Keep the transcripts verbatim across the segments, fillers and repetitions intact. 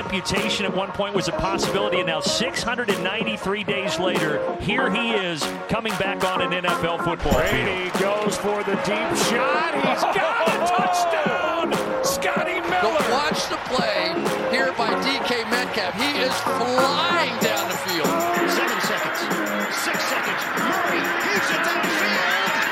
amputation at one point was a possibility, and now six hundred ninety-three days later, here he is coming back on an N F L football field. Brady goes for the deep shot. He's got a touchdown. Scotty Miller. But watch the play here by D K Metcalf. He is flying down the field. Seven seconds. Six seconds. Murray keeps it downfield.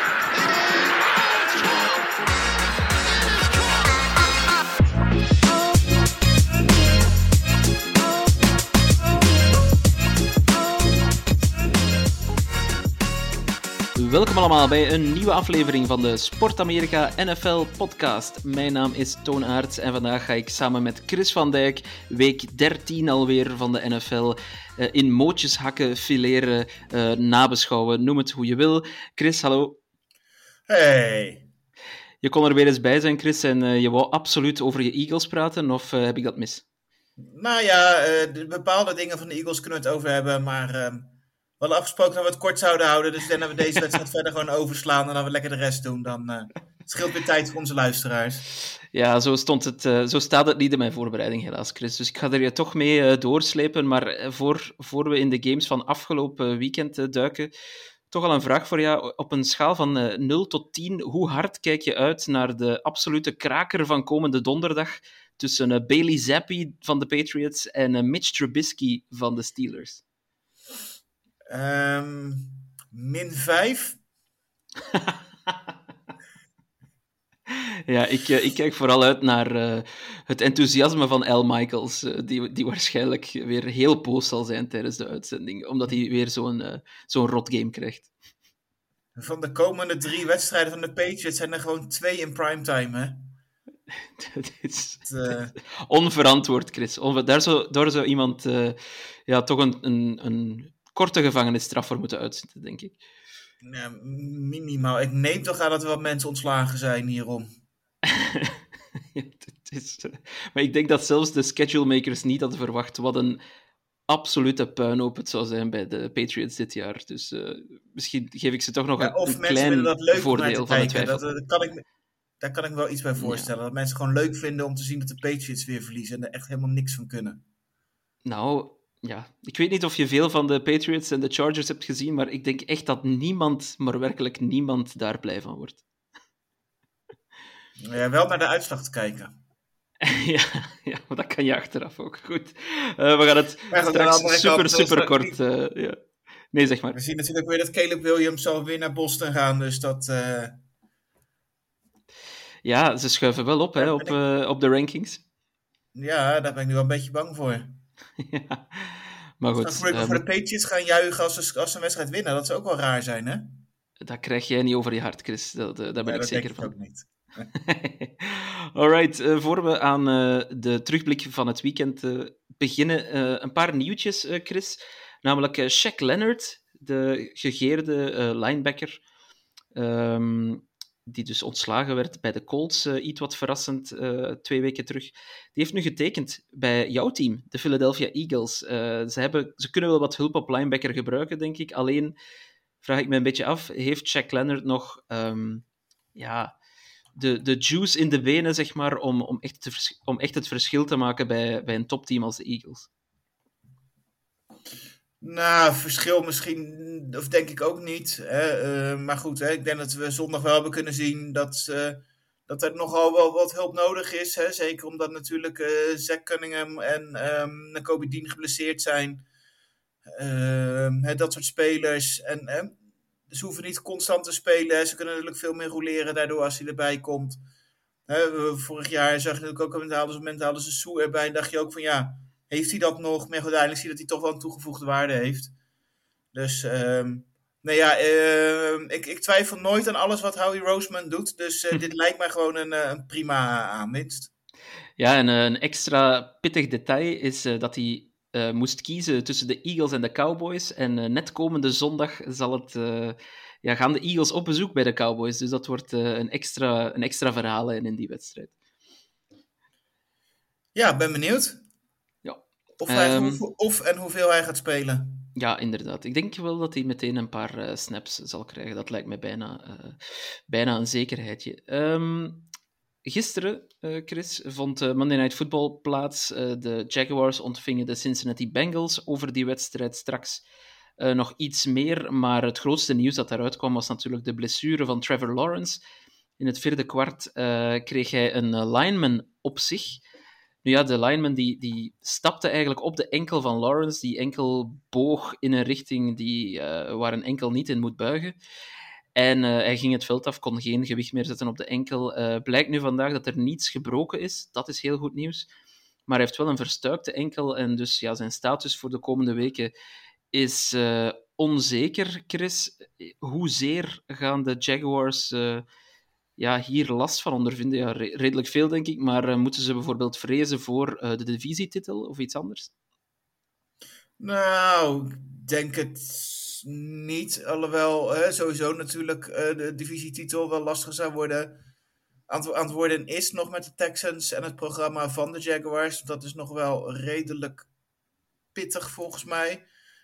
Welkom allemaal bij een nieuwe aflevering van de Sport Amerika N F L podcast. Mijn naam is Toon Aerts en vandaag ga ik samen met Chris van Dijk week dertien alweer van de N F L uh, in mootjes hakken, fileren, uh, nabeschouwen, noem het hoe je wil. Chris, hallo. Hey. Je kon er weer eens bij zijn, Chris, en uh, je wou absoluut over je Eagles praten, of uh, heb ik dat mis? Nou ja, uh, de bepaalde dingen van de Eagles kunnen we het over hebben, maar... Uh... We hadden afgesproken dat we het kort zouden houden, dus ik denk dat we deze wedstrijd verder gewoon overslaan en dan we lekker de rest doen. Dan uh, het scheelt weer tijd voor onze luisteraars. Ja, zo, stond het, uh, zo staat het niet in mijn voorbereiding helaas, Chris. Dus ik ga er je toch mee uh, doorslepen. Maar voor, voor we in de games van afgelopen weekend uh, duiken, toch al een vraag voor jou. Op een schaal van uh, nul tot tien, hoe hard kijk je uit naar de absolute kraker van komende donderdag tussen uh, Bailey Zappi van de Patriots en uh, Mitch Trubisky van de Steelers? Um, min vijf. Ja, ik, uh, ik kijk vooral uit naar uh, het enthousiasme van Al Michaels, uh, die, die waarschijnlijk weer heel boos zal zijn tijdens de uitzending, omdat hij weer zo'n, uh, zo'n rot game krijgt. Van de komende drie wedstrijden van de Patriots zijn er gewoon twee in primetime, hè? Dat is uh... onverantwoord, Chris. Onver- daar, zou, daar zou iemand uh, ja, toch een... een, een korte gevangenisstraf voor moeten uitzitten, denk ik. Ja, minimaal. Ik neem toch aan dat er wat mensen ontslagen zijn hierom. Ja, het is, uh, maar ik denk dat zelfs de schedulemakers niet hadden verwacht wat een absolute puinhoop het zou zijn bij de Patriots dit jaar. Dus uh, misschien geef ik ze toch nog ja, een, een klein dat leuk voordeel van de twijfel. Dat, dat kan ik, daar kan ik me wel iets bij voorstellen. Ja. Dat mensen gewoon leuk vinden om te zien dat de Patriots weer verliezen en er echt helemaal niks van kunnen. Nou... Ja, ik weet niet of je veel van de Patriots en de Chargers hebt gezien, maar ik denk echt dat niemand, maar werkelijk niemand, daar blij van wordt. Ja, wel naar de uitslag te kijken. ja, ja, maar dat kan je achteraf ook. Goed. Uh, we gaan het ja, straks super, super kort... Uh, ja. Nee, zeg maar. We zien natuurlijk weer dat Caleb Williams zal weer naar Boston gaan, dus dat... Uh... Ja, ze schuiven wel op, hè, op, uh, op de rankings. Ja, daar ben ik nu wel een beetje bang voor. Ja, maar goed. Voor, um, voor de Patriots gaan juichen als ze, als ze een wedstrijd winnen. Dat zou ook wel raar zijn, hè? Dat krijg jij niet over je hart, Chris. Dat, daar ben ja, ik dat zeker denk van. Ik ook niet. Alright, uh, voor we aan uh, de terugblik van het weekend uh, beginnen, uh, een paar nieuwtjes, uh, Chris. Namelijk uh, Shaq Leonard, de gegeerde uh, linebacker, um, die dus ontslagen werd bij de Colts, uh, iets wat verrassend, uh, twee weken terug. Die heeft nu getekend bij jouw team, de Philadelphia Eagles. Uh, ze, hebben, ze kunnen wel wat hulp op linebacker gebruiken, denk ik. Alleen vraag ik me een beetje af, heeft Shaq Leonard nog um, ja, de, de juice in de benen, zeg maar, om, om, echt, te vers- om echt het verschil te maken bij, bij een topteam als de Eagles? Nou, verschil misschien, of denk ik ook niet. Hè? Uh, maar goed, hè? Ik denk dat we zondag wel hebben kunnen zien dat, uh, dat er nogal wel wat hulp nodig is. Hè? Zeker omdat natuurlijk uh, Zach Cunningham en um, Nakobe Dean geblesseerd zijn. Uh, hè, dat soort spelers. En uh, ze hoeven niet constant te spelen. Hè? Ze kunnen natuurlijk veel meer roleren daardoor als hij erbij komt. Hè? Vorig jaar zag je natuurlijk ook op het moment hadden ze Sue erbij. En dacht je ook van ja... Heeft hij dat nog? Maar uiteindelijk zie je dat hij toch wel een toegevoegde waarde heeft. Dus, um, nou ja, uh, ik, ik twijfel nooit aan alles wat Howie Roseman doet. Dus uh, dit lijkt mij gewoon een, een prima aanwinst. Ja, en uh, een extra pittig detail is uh, dat hij uh, moest kiezen tussen de Eagles en de Cowboys. En uh, net komende zondag zal het, uh, ja, gaan de Eagles op bezoek bij de Cowboys. Dus dat wordt uh, een, extra, een extra verhaal in die wedstrijd. Ja, ben benieuwd. Of, hij, um, hoe, of en hoeveel hij gaat spelen. Ja, inderdaad. Ik denk wel dat hij meteen een paar uh, snaps zal krijgen. Dat lijkt me bijna, uh, bijna een zekerheidje. Um, gisteren, uh, Chris, vond uh, Monday Night Football plaats. Uh, de Jaguars ontvingen de Cincinnati Bengals. Over die wedstrijd straks uh, nog iets meer. Maar het grootste nieuws dat daaruit kwam was natuurlijk de blessure van Trevor Lawrence. In het vierde kwart uh, kreeg hij een uh, lineman op zich. Nu ja, de lineman die, die stapte eigenlijk op de enkel van Lawrence. Die enkel boog in een richting die, uh, waar een enkel niet in moet buigen. En uh, hij ging het veld af, kon geen gewicht meer zetten op de enkel. Uh, blijkt nu vandaag dat er niets gebroken is. Dat is heel goed nieuws. Maar hij heeft wel een verstuikte enkel. En dus ja, zijn status voor de komende weken is uh, onzeker, Chris. Hoezeer gaan de Jaguars uh, ja, hier last van ondervinden? Ja, re- redelijk veel, denk ik. Maar uh, moeten ze bijvoorbeeld vrezen voor uh, de divisietitel of iets anders? Nou, ik denk het niet. Alhoewel hè, sowieso natuurlijk uh, de divisietitel wel lastig zou worden. Aan het, aan het worden is nog met de Texans en het programma van de Jaguars. Dat is nog wel redelijk pittig volgens mij.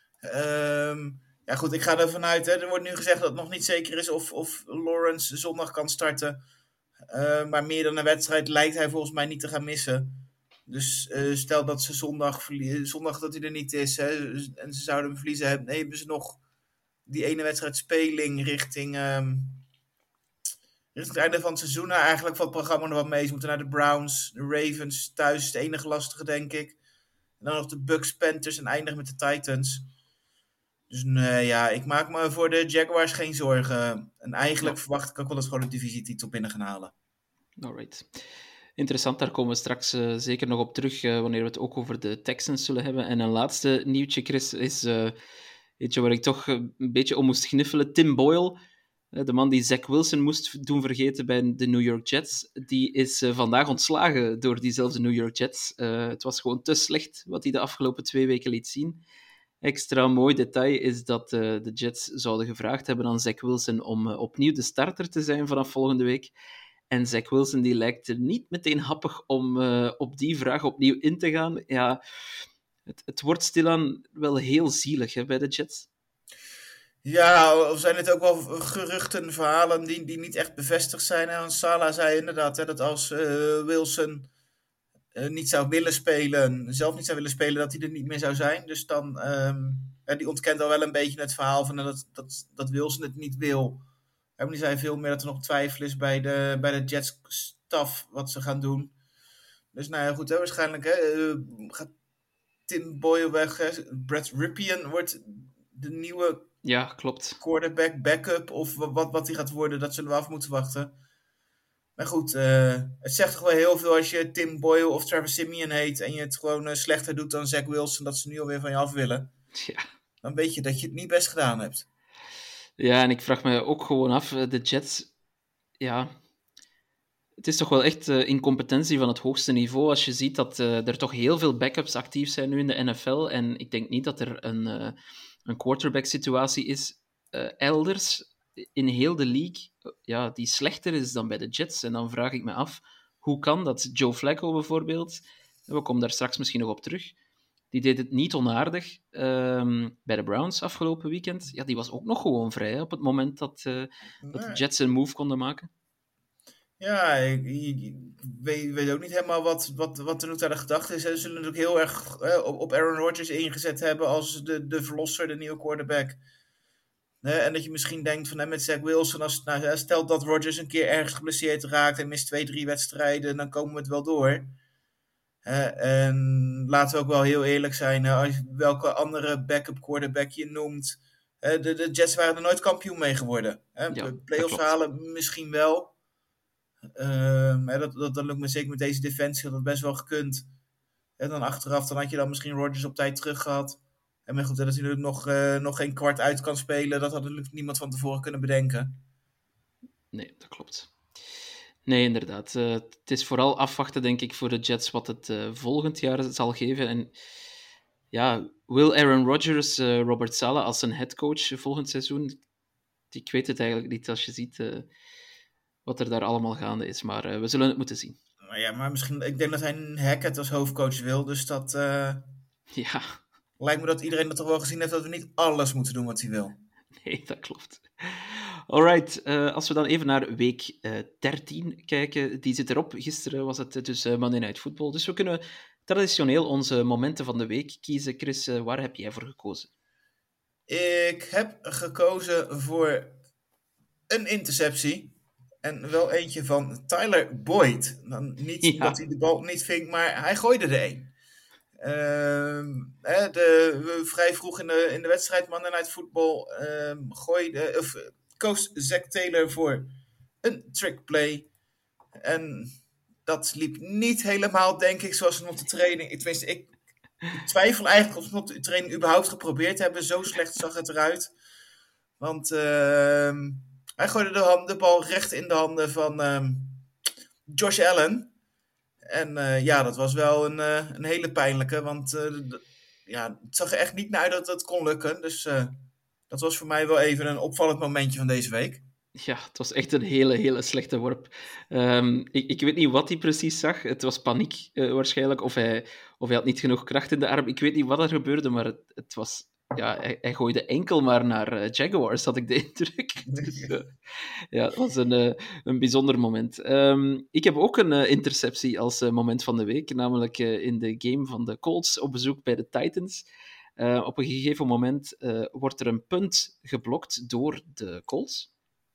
Um, ja goed, ik ga er vanuit. Hè, er wordt nu gezegd dat het nog niet zeker is of, of Lawrence zondag kan starten. Uh, maar meer dan een wedstrijd lijkt hij volgens mij niet te gaan missen. Dus uh, stel dat ze zondag, verlie- zondag dat hij er niet is, hè, en ze zouden hem verliezen, hebben, nee, hebben ze nog die ene wedstrijd speling richting, um, richting het einde van het seizoen. Nou, eigenlijk van het programma nog wat mee. Ze moeten naar de Browns, de Ravens, thuis is het enige lastige, denk ik. En dan nog de Bucks, Panthers en eindigen met de Titans. Dus nee, ja, ik maak me voor de Jaguars geen zorgen. En eigenlijk ja. verwacht ik ook wel dat ze gewoon de divisietitel binnen gaan halen. Alright. Interessant, daar komen we straks uh, zeker nog op terug, uh, wanneer we het ook over de Texans zullen hebben. En een laatste nieuwtje, Chris, is uh, eentje waar ik toch een beetje om moest gniffelen. Tim Boyle, uh, de man die Zach Wilson moest doen vergeten bij de New York Jets, die is uh, vandaag ontslagen door diezelfde New York Jets. Uh, het was gewoon te slecht wat hij de afgelopen twee weken liet zien. Extra mooi detail is dat uh, de Jets zouden gevraagd hebben aan Zach Wilson om uh, opnieuw de starter te zijn vanaf volgende week. En Zach Wilson die lijkt er niet meteen happig om uh, op die vraag opnieuw in te gaan. Ja, het, het wordt stilaan wel heel zielig hè, bij de Jets. Ja, of zijn het ook wel geruchten, verhalen die, die niet echt bevestigd zijn. En Salah zei inderdaad hè, dat als uh, Wilson uh, niet zou willen spelen, zelf niet zou willen spelen, dat hij er niet meer zou zijn. Dus dan, um, ja, die ontkent al wel een beetje het verhaal van dat, dat, dat Wilson het niet wil. En die zei veel meer dat er nog twijfel is bij de, bij de Jets-staf wat ze gaan doen. Dus nou ja, goed, hè, waarschijnlijk hè, uh, gaat Tim Boyle weg. Hè. Brett Rypien wordt de nieuwe ja, klopt. quarterback, backup of wat, wat die gaat worden. Dat zullen we af moeten wachten. Maar goed, uh, het zegt toch wel heel veel als je Tim Boyle of Trevor Siemian heet en je het gewoon uh, slechter doet dan Zach Wilson, dat ze nu alweer van je af willen. Ja. Dan weet je dat je het niet best gedaan hebt. Ja, en ik vraag me ook gewoon af, de Jets, ja, het is toch wel echt uh, incompetentie van het hoogste niveau als je ziet dat uh, er toch heel veel backups actief zijn nu in de N F L en ik denk niet dat er een, uh, een quarterback-situatie is uh, elders in heel de league ja, die slechter is dan bij de Jets. En dan vraag ik me af, hoe kan dat? Joe Flacco bijvoorbeeld, we komen daar straks misschien nog op terug, die deed het niet onaardig um, bij de Browns afgelopen weekend. Ja, die was ook nog gewoon vrij hè, op het moment dat, uh, dat de Jets een move konden maken. Ja, ik, ik weet, weet ook niet helemaal wat, wat, wat er nu aan de gedachte is. Ze zullen natuurlijk heel erg hè, op, op Aaron Rodgers ingezet hebben als de, de verlosser, de nieuwe quarterback. Hè, en dat je misschien denkt van hè, met Zach Wilson, als, nou, stel dat Rodgers een keer ergens geblesseerd raakt en mist twee, drie wedstrijden, dan komen we het wel door. Uh, en laten we ook wel heel eerlijk zijn, uh, als, welke andere backup quarterback je noemt. Uh, de, de Jets waren er nooit kampioen mee geworden. Uh, ja, playoffs halen misschien wel. Uh, dat, dat, dat lukt me zeker met deze defensie, had dat best wel gekund. En dan achteraf dan had je dan misschien Rodgers op tijd terug gehad. En maar goed, dat hij natuurlijk nog, uh, nog geen kwart uit kan spelen, dat had natuurlijk niemand van tevoren kunnen bedenken. Nee, dat klopt. Nee, inderdaad. Uh, het is vooral afwachten, denk ik, voor de Jets wat het uh, volgend jaar zal geven. En ja, wil Aaron Rodgers uh, Robert Saleh als zijn headcoach volgend seizoen? Ik weet het eigenlijk niet als je ziet uh, wat er daar allemaal gaande is. Maar uh, we zullen het moeten zien. Ja, maar misschien, ik denk dat hij Hackett als hoofdcoach wil. Dus dat uh, ja. lijkt me dat iedereen dat toch wel gezien heeft, dat we niet alles moeten doen wat hij wil. Nee, dat klopt. Alright, uh, als we dan even naar week uh, dertien kijken, die zit erop. Gisteren was het dus uh, Monday Night Football, dus we kunnen traditioneel onze momenten van de week kiezen. Chris, uh, waar heb jij voor gekozen? Ik heb gekozen voor een interceptie. En wel eentje van Tyler Boyd. Dan niet ja. dat hij de bal niet ving, maar hij gooide er een. Uh, hè, de, vrij vroeg in de, in de wedstrijd Monday Night Football uh, gooide, of, koos Zac Taylor voor een trick play. En dat liep niet helemaal, denk ik, zoals we op de training... Tenminste, ik, ik twijfel eigenlijk of we op de training überhaupt geprobeerd hebben. Zo slecht zag het eruit. Want uh, hij gooide de, hand, de bal recht in de handen van uh, Josh Allen. En uh, ja, dat was wel een, uh, een hele pijnlijke. Want uh, d- ja, het zag er echt niet naar uit dat het kon lukken. Dus uh, dat was voor mij wel even een opvallend momentje van deze week. Ja, het was echt een hele, hele slechte worp. Um, ik, ik weet niet wat hij precies zag. Het was paniek uh, waarschijnlijk. Of hij, of hij had niet genoeg kracht in de arm. Ik weet niet wat er gebeurde, maar het, het was... Ja, hij, hij gooide enkel maar naar uh, Jaguars, had ik de indruk. Dus, uh, ja, het was een, uh, een bijzonder moment. Um, ik heb ook een uh, interceptie als uh, moment van de week, namelijk uh, in de game van de Colts op bezoek bij de Titans. Uh, op een gegeven moment uh, wordt er een punt geblokt door de Colts.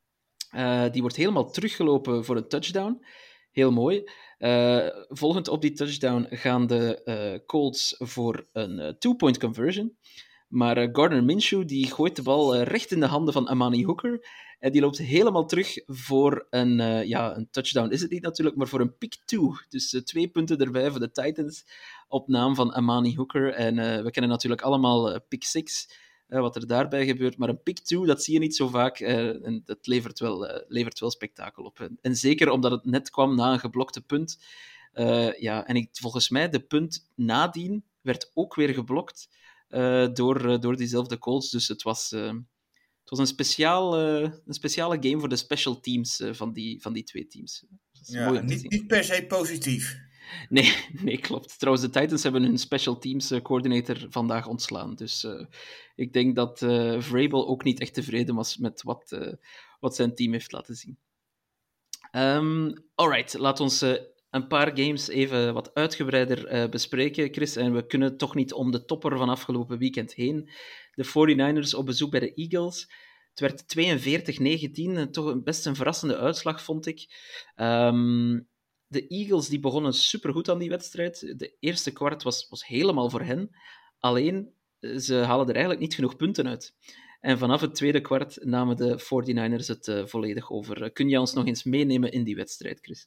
Uh, die wordt helemaal teruggelopen voor een touchdown. Heel mooi. Uh, volgend op die touchdown gaan de uh, Colts voor een uh, two-point conversion. Maar uh, Gardner Minshew die gooit de bal uh, recht in de handen van Amani Hooker. En die loopt helemaal terug voor een, uh, ja, een touchdown. Is het niet natuurlijk, maar voor een pick two. Dus uh, twee punten erbij voor de Titans op naam van Amani Hooker. En uh, we kennen natuurlijk allemaal uh, pick six, uh, wat er daarbij gebeurt. Maar een pick two, dat zie je niet zo vaak. Uh, en dat levert wel, uh, levert wel spektakel op. En, en zeker omdat het net kwam na een geblokte punt. Uh, ja, en ik, volgens mij, de punt nadien werd ook weer geblokt. Uh, door, uh, door diezelfde Colts. Dus het was, uh, het was een, speciaal, uh, een speciale game voor de special teams uh, van, die, van die twee teams. Ja, niet, niet per se positief. Nee, nee, klopt. Trouwens, de Titans hebben hun special teams uh, coordinator vandaag ontslaan. Dus uh, ik denk dat uh, Vrabel ook niet echt tevreden was met wat, uh, wat zijn team heeft laten zien. Um, alright, laat ons... Uh, een paar games even wat uitgebreider uh, bespreken, Chris. En we kunnen toch niet om de topper van afgelopen weekend heen. De forty-niners op bezoek bij de Eagles. Het werd tweeënveertig negentien. Toch een best een verrassende uitslag, vond ik. Um, de Eagles die begonnen supergoed aan die wedstrijd. De eerste kwart was, was helemaal voor hen. Alleen, ze halen er eigenlijk niet genoeg punten uit. En vanaf het tweede kwart namen de forty-niners het uh, volledig over. Kun je ons nog eens meenemen in die wedstrijd, Chris?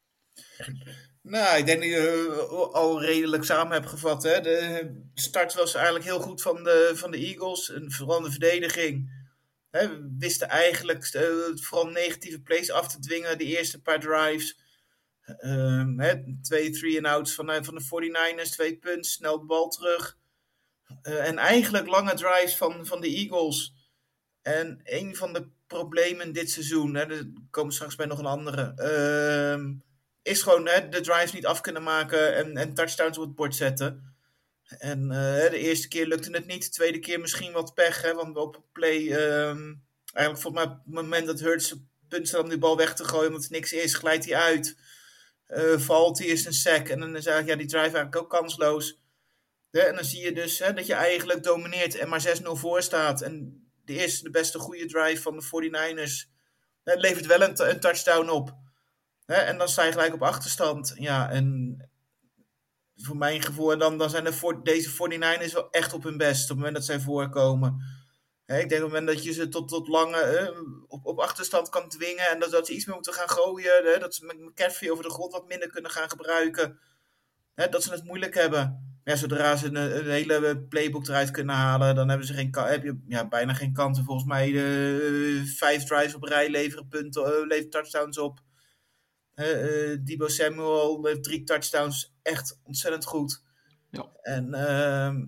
Nou, ik denk dat je uh, al redelijk samen hebt gevat. Hè? De start was eigenlijk heel goed van de, van de Eagles. En vooral de verdediging. Hè? We wisten eigenlijk uh, vooral negatieve plays af te dwingen. De eerste paar drives. Uh, hè? Twee three-and-outs van, uh, van de forty-niners. Twee punts, snel de bal terug. Uh, en eigenlijk lange drives van, van de Eagles. En een van de problemen dit seizoen. Hè? Er komen straks bij nog een andere... Uh, is gewoon hè, de drives niet af kunnen maken en, en touchdowns op het bord zetten. En uh, de eerste keer lukte het niet. De tweede keer misschien wat pech. Hè, want op play, um, eigenlijk volgens mij op het moment dat Hurts punt staat om die bal weg te gooien, omdat het niks is, glijdt hij uit. Uh, valt hij, is een sack. En dan is eigenlijk ja, die drive eigenlijk ook kansloos. Ja, en dan zie je dus hè, dat je eigenlijk domineert en maar zes nul voor staat. En de eerste, de beste goede drive van de forty-niners hè, levert wel een, t- een touchdown op. Hè, en dan sta je gelijk op achterstand. Ja, en voor mijn gevoel, dan, dan zijn de voor, deze forty-niners wel echt op hun best op het moment dat zij voorkomen. Hè, ik denk op het moment dat je ze tot, tot lange hè, op, op achterstand kan dwingen en dat, dat ze iets meer moeten gaan gooien, hè, dat ze met McCaffrey over de grond wat minder kunnen gaan gebruiken, hè, dat ze het moeilijk hebben. Ja, zodra ze een, een hele playbook eruit kunnen halen, dan hebben ze geen, heb je ja, bijna geen kansen. Volgens mij de uh, vijf drives op rij leveren punten, uh, leveren touchdowns op. Uh, uh, Deebo Samuel heeft drie touchdowns, echt ontzettend goed. Ja. En uh,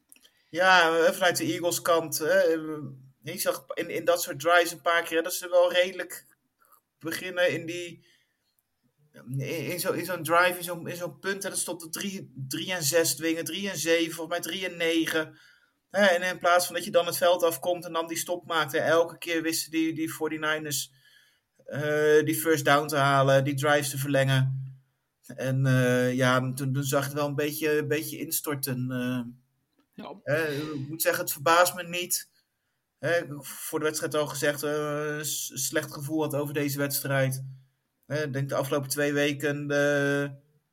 ja, vanuit de Eagles kant, uh, je zag in, in dat soort drives een paar keer dat ze wel redelijk beginnen in die in, in, zo, in zo'n drive, in zo'n, in zo'n punt, en dat stond er drie en zes dwingen, drie en zeven, volgens mij drie en negen. Hè, en in plaats van dat je dan het veld afkomt en dan die stop maakt. Hè, elke keer wisten die, die forty-niners uh, die first down te halen, die drives te verlengen. En uh, ja, toen, toen zag het wel een beetje, een beetje instorten. Uh, ja. uh, ik moet zeggen, het verbaast me niet. Uh, voor de wedstrijd al gezegd, uh, een slecht gevoel had over deze wedstrijd. Uh, ik denk de afgelopen twee weken de,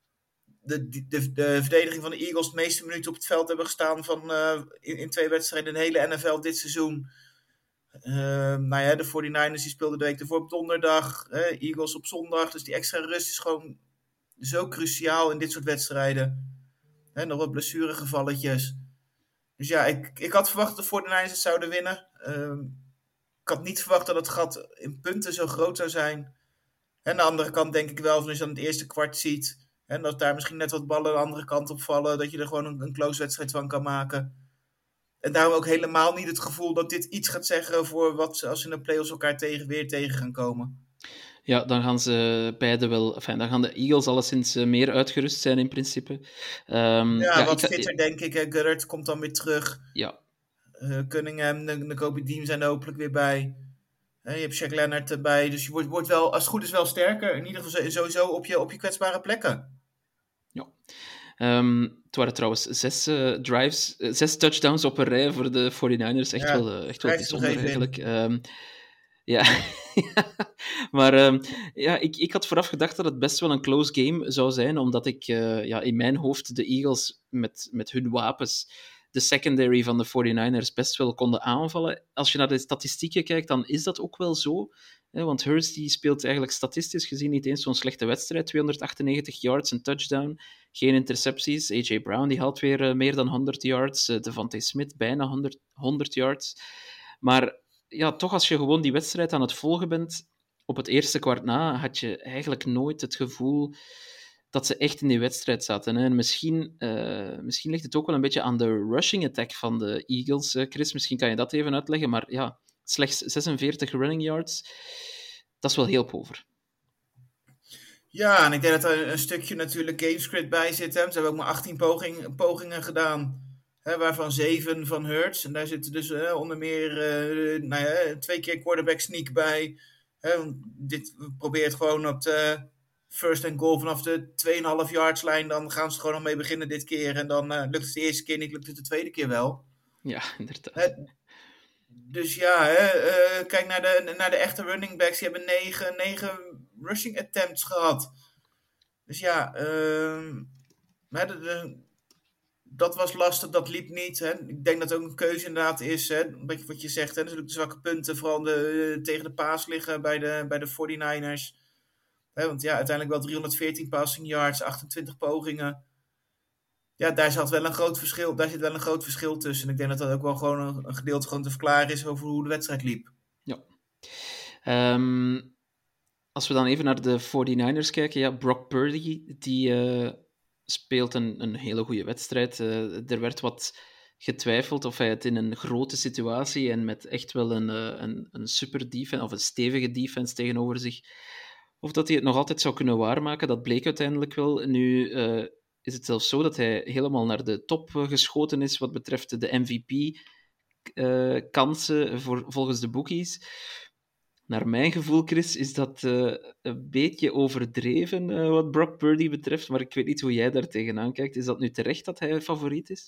de, de, de, de verdediging van de Eagles de meeste minuten op het veld hebben gestaan van, uh, in, in twee wedstrijden in de hele N F L dit seizoen. Uh, nou ja, de forty-niners die speelden de week ervoor op donderdag. Uh, Eagles op zondag. Dus die extra rust is gewoon zo cruciaal in dit soort wedstrijden. He, nog wat blessuregevalletjes. Dus ja, ik, ik had verwacht dat de forty-niners het zouden winnen. Uh, ik had niet verwacht dat het gat in punten zo groot zou zijn. En aan de andere kant denk ik wel, van als je dan het eerste kwart ziet, en dat daar misschien net wat ballen de andere kant op vallen, dat je er gewoon een, een close wedstrijd van kan maken. En daarom ook helemaal niet het gevoel dat dit iets gaat zeggen voor wat ze als ze in de playoffs elkaar tegen, weer tegen gaan komen. Ja, dan gaan ze beide wel... Enfin, dan gaan de Eagles alleszins meer uitgerust zijn in principe. Um, ja, ja, wat ik, fitter denk ik. Goddard komt dan weer terug. Ja. Uh, Cunningham, de, de Kobe Dean zijn er hopelijk weer bij. Uh, je hebt Shaq Leonard erbij. Dus je wordt, wordt wel, als het goed is, wel sterker. In ieder geval sowieso op je, op je kwetsbare plekken. Ja. Um, het waren trouwens zes uh, drives, uh, zes touchdowns op een rij voor de forty-niners. Echt ja, wel, uh, echt wel bijzonder eigenlijk. Um, ja, maar um, ja, ik, ik had vooraf gedacht dat het best wel een close game zou zijn, omdat ik uh, ja, in mijn hoofd de Eagles met, met hun wapens de secondary van de forty-niners best wel konden aanvallen. Als je naar de statistieken kijkt, dan is dat ook wel zo. Hè, want Hurts die speelt eigenlijk statistisch gezien niet eens zo'n slechte wedstrijd. tweehonderdachtennegentig yards, een touchdown, geen intercepties. A J Brown die haalt weer uh, meer dan honderd yards. Uh, Devontae Smith bijna honderd, honderd yards. Maar ja, toch als je gewoon die wedstrijd aan het volgen bent, op het eerste kwart na, had je eigenlijk nooit het gevoel dat ze echt in die wedstrijd zaten. Hè. En misschien, uh, misschien ligt het ook wel een beetje aan de rushing attack van de Eagles. Uh, Chris, misschien kan je dat even uitleggen. Maar ja, slechts zesenveertig running yards, dat is wel heel pover. Ja, en ik denk dat er een stukje natuurlijk gamescript bij zit. Hè. Ze hebben ook maar achttien poging, pogingen gedaan, hè, waarvan zeven van Hurts. En daar zitten dus uh, onder meer uh, nou ja, twee keer quarterback sneak bij. Hè. Dit probeert gewoon op de first and goal vanaf de twee komma vijf yards lijn. Dan gaan ze er gewoon nog mee beginnen dit keer. En dan uh, lukt het de eerste keer niet, lukt het de tweede keer wel. Ja, inderdaad. Hè. Dus ja, hè, uh, kijk naar de, naar de echte running backs. Die hebben negen, negen rushing attempts gehad. Dus ja, uh, hè, de, de, dat was lastig, dat liep niet. Hè. Ik denk dat het ook een keuze inderdaad is. Hè, een beetje wat je zegt. Hè, natuurlijk de zwakke punten, vooral de, tegen de paas liggen bij de, bij de forty-niners. Hè, want ja, uiteindelijk wel driehonderdveertien passing yards, achtentwintig pogingen. Ja, daar zat wel een groot verschil. Daar zit wel een groot verschil tussen. En ik denk dat dat ook wel gewoon een, een gedeelte gewoon te verklaren is over hoe de wedstrijd liep. Ja. Um, als we dan even naar de forty-niners kijken, ja, Brock Purdy, die uh, speelt een, een hele goede wedstrijd. Uh, er werd wat getwijfeld of hij het in een grote situatie en met echt wel een, uh, een, een super defense, of een stevige defense tegenover zich, of dat hij het nog altijd zou kunnen waarmaken. Dat bleek uiteindelijk wel. Nu uh, is het zelfs zo dat hij helemaal naar de top geschoten is wat betreft de M V P-kansen uh, voor, volgens de bookies. Naar mijn gevoel, Chris, is dat uh, een beetje overdreven uh, wat Brock Purdy betreft, maar ik weet niet hoe jij daar tegenaan kijkt. Is dat nu terecht dat hij favoriet is?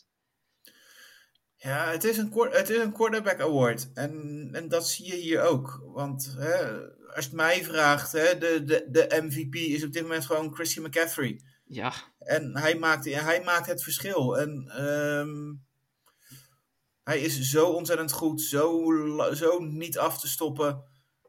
Ja, het is een, het is een quarterback award. En, en dat zie je hier ook. Want hè, als je het mij vraagt, hè, de, de, de M V P is op dit moment gewoon Christian McCaffrey. Ja. En hij maakt, hij maakt het verschil. En um, hij is zo ontzettend goed, zo, zo niet af te stoppen.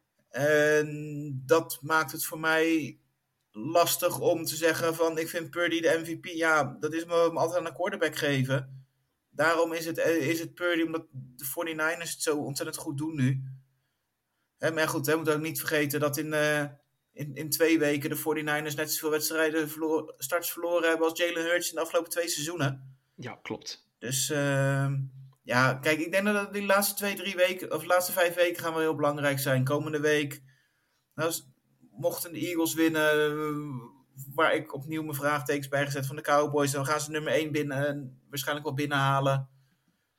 En dat maakt het voor mij lastig om te zeggen van ik vind Purdy de M V P. Ja, dat is me altijd aan een quarterback geven. Daarom is het, is het Purdy, omdat de forty-niners het zo ontzettend goed doen nu. Hè, maar goed, we moeten ook niet vergeten dat in, uh, in, in twee weken de forty-niners net zoveel wedstrijden verloor, starts verloren hebben als Jalen Hurts in de afgelopen twee seizoenen. Ja, klopt. Dus uh, ja, kijk, ik denk dat die laatste twee, drie weken, of de laatste vijf weken gaan wel heel belangrijk zijn. Komende week, nou, mochten de Eagles winnen, uh, waar ik opnieuw mijn vraagtekens bij gezet van de Cowboys, dan gaan ze nummer één binnen, uh, waarschijnlijk wel binnenhalen.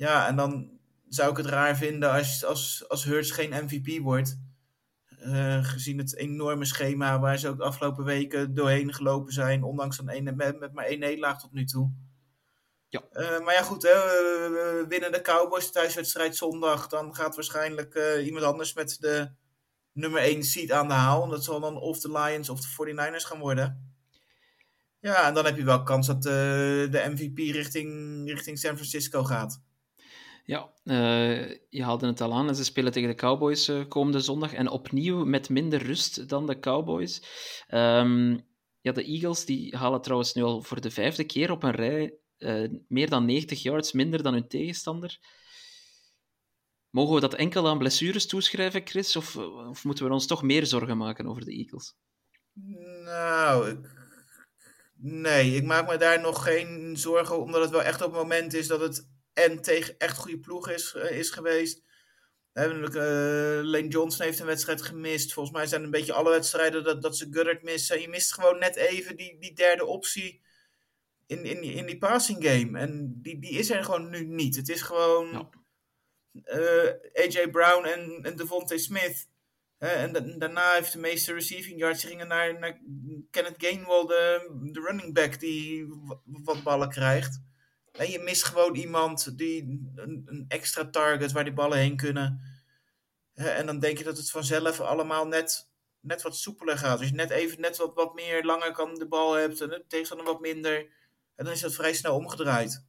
Ja, en dan zou ik het raar vinden als, als, als Hurts geen M V P wordt. Uh, gezien het enorme schema waar ze ook de afgelopen weken doorheen gelopen zijn. Ondanks een ene, met, met maar één nederlaag tot nu toe. Ja. Uh, maar ja goed, hè, we winnen de Cowboys thuiswedstrijd zondag. Dan gaat waarschijnlijk uh, iemand anders met de nummer één seed aan de haal. En dat zal dan of de Lions of de forty-niners gaan worden. Ja, en dan heb je wel kans dat uh, de M V P richting, richting San Francisco gaat. Ja, uh, je haalde het al aan. En ze spelen tegen de Cowboys uh, komende zondag. En opnieuw met minder rust dan de Cowboys. Um, ja, de Eagles die halen trouwens nu al voor de vijfde keer op een rij uh, meer dan negentig yards minder dan hun tegenstander. Mogen we dat enkel aan blessures toeschrijven, Chris? Of, of moeten we ons toch meer zorgen maken over de Eagles? Nou, ik... nee, ik maak me daar nog geen zorgen, omdat het wel echt op het moment is dat het en tegen echt goede ploeg is, uh, is geweest. Uh, Lane Johnson heeft een wedstrijd gemist. Volgens mij zijn een beetje alle wedstrijden dat, dat ze Goddard missen. Je mist gewoon net even die, die derde optie in, in, in die passing game. En die, die is er gewoon nu niet. Het is gewoon ja. uh, A J Brown en, en Devontae Smith. Uh, en da- daarna heeft de meeste receiving yards gingen naar, naar Kenneth Gainwell, de, de running back die w- wat ballen krijgt. En je mist gewoon iemand die een, een extra target waar die ballen heen kunnen. Uh, en dan denk je dat het vanzelf allemaal net, net wat soepeler gaat. Als je net even net wat, wat meer langer kan de bal hebt en de tegenstander wat minder. En dan is dat vrij snel omgedraaid.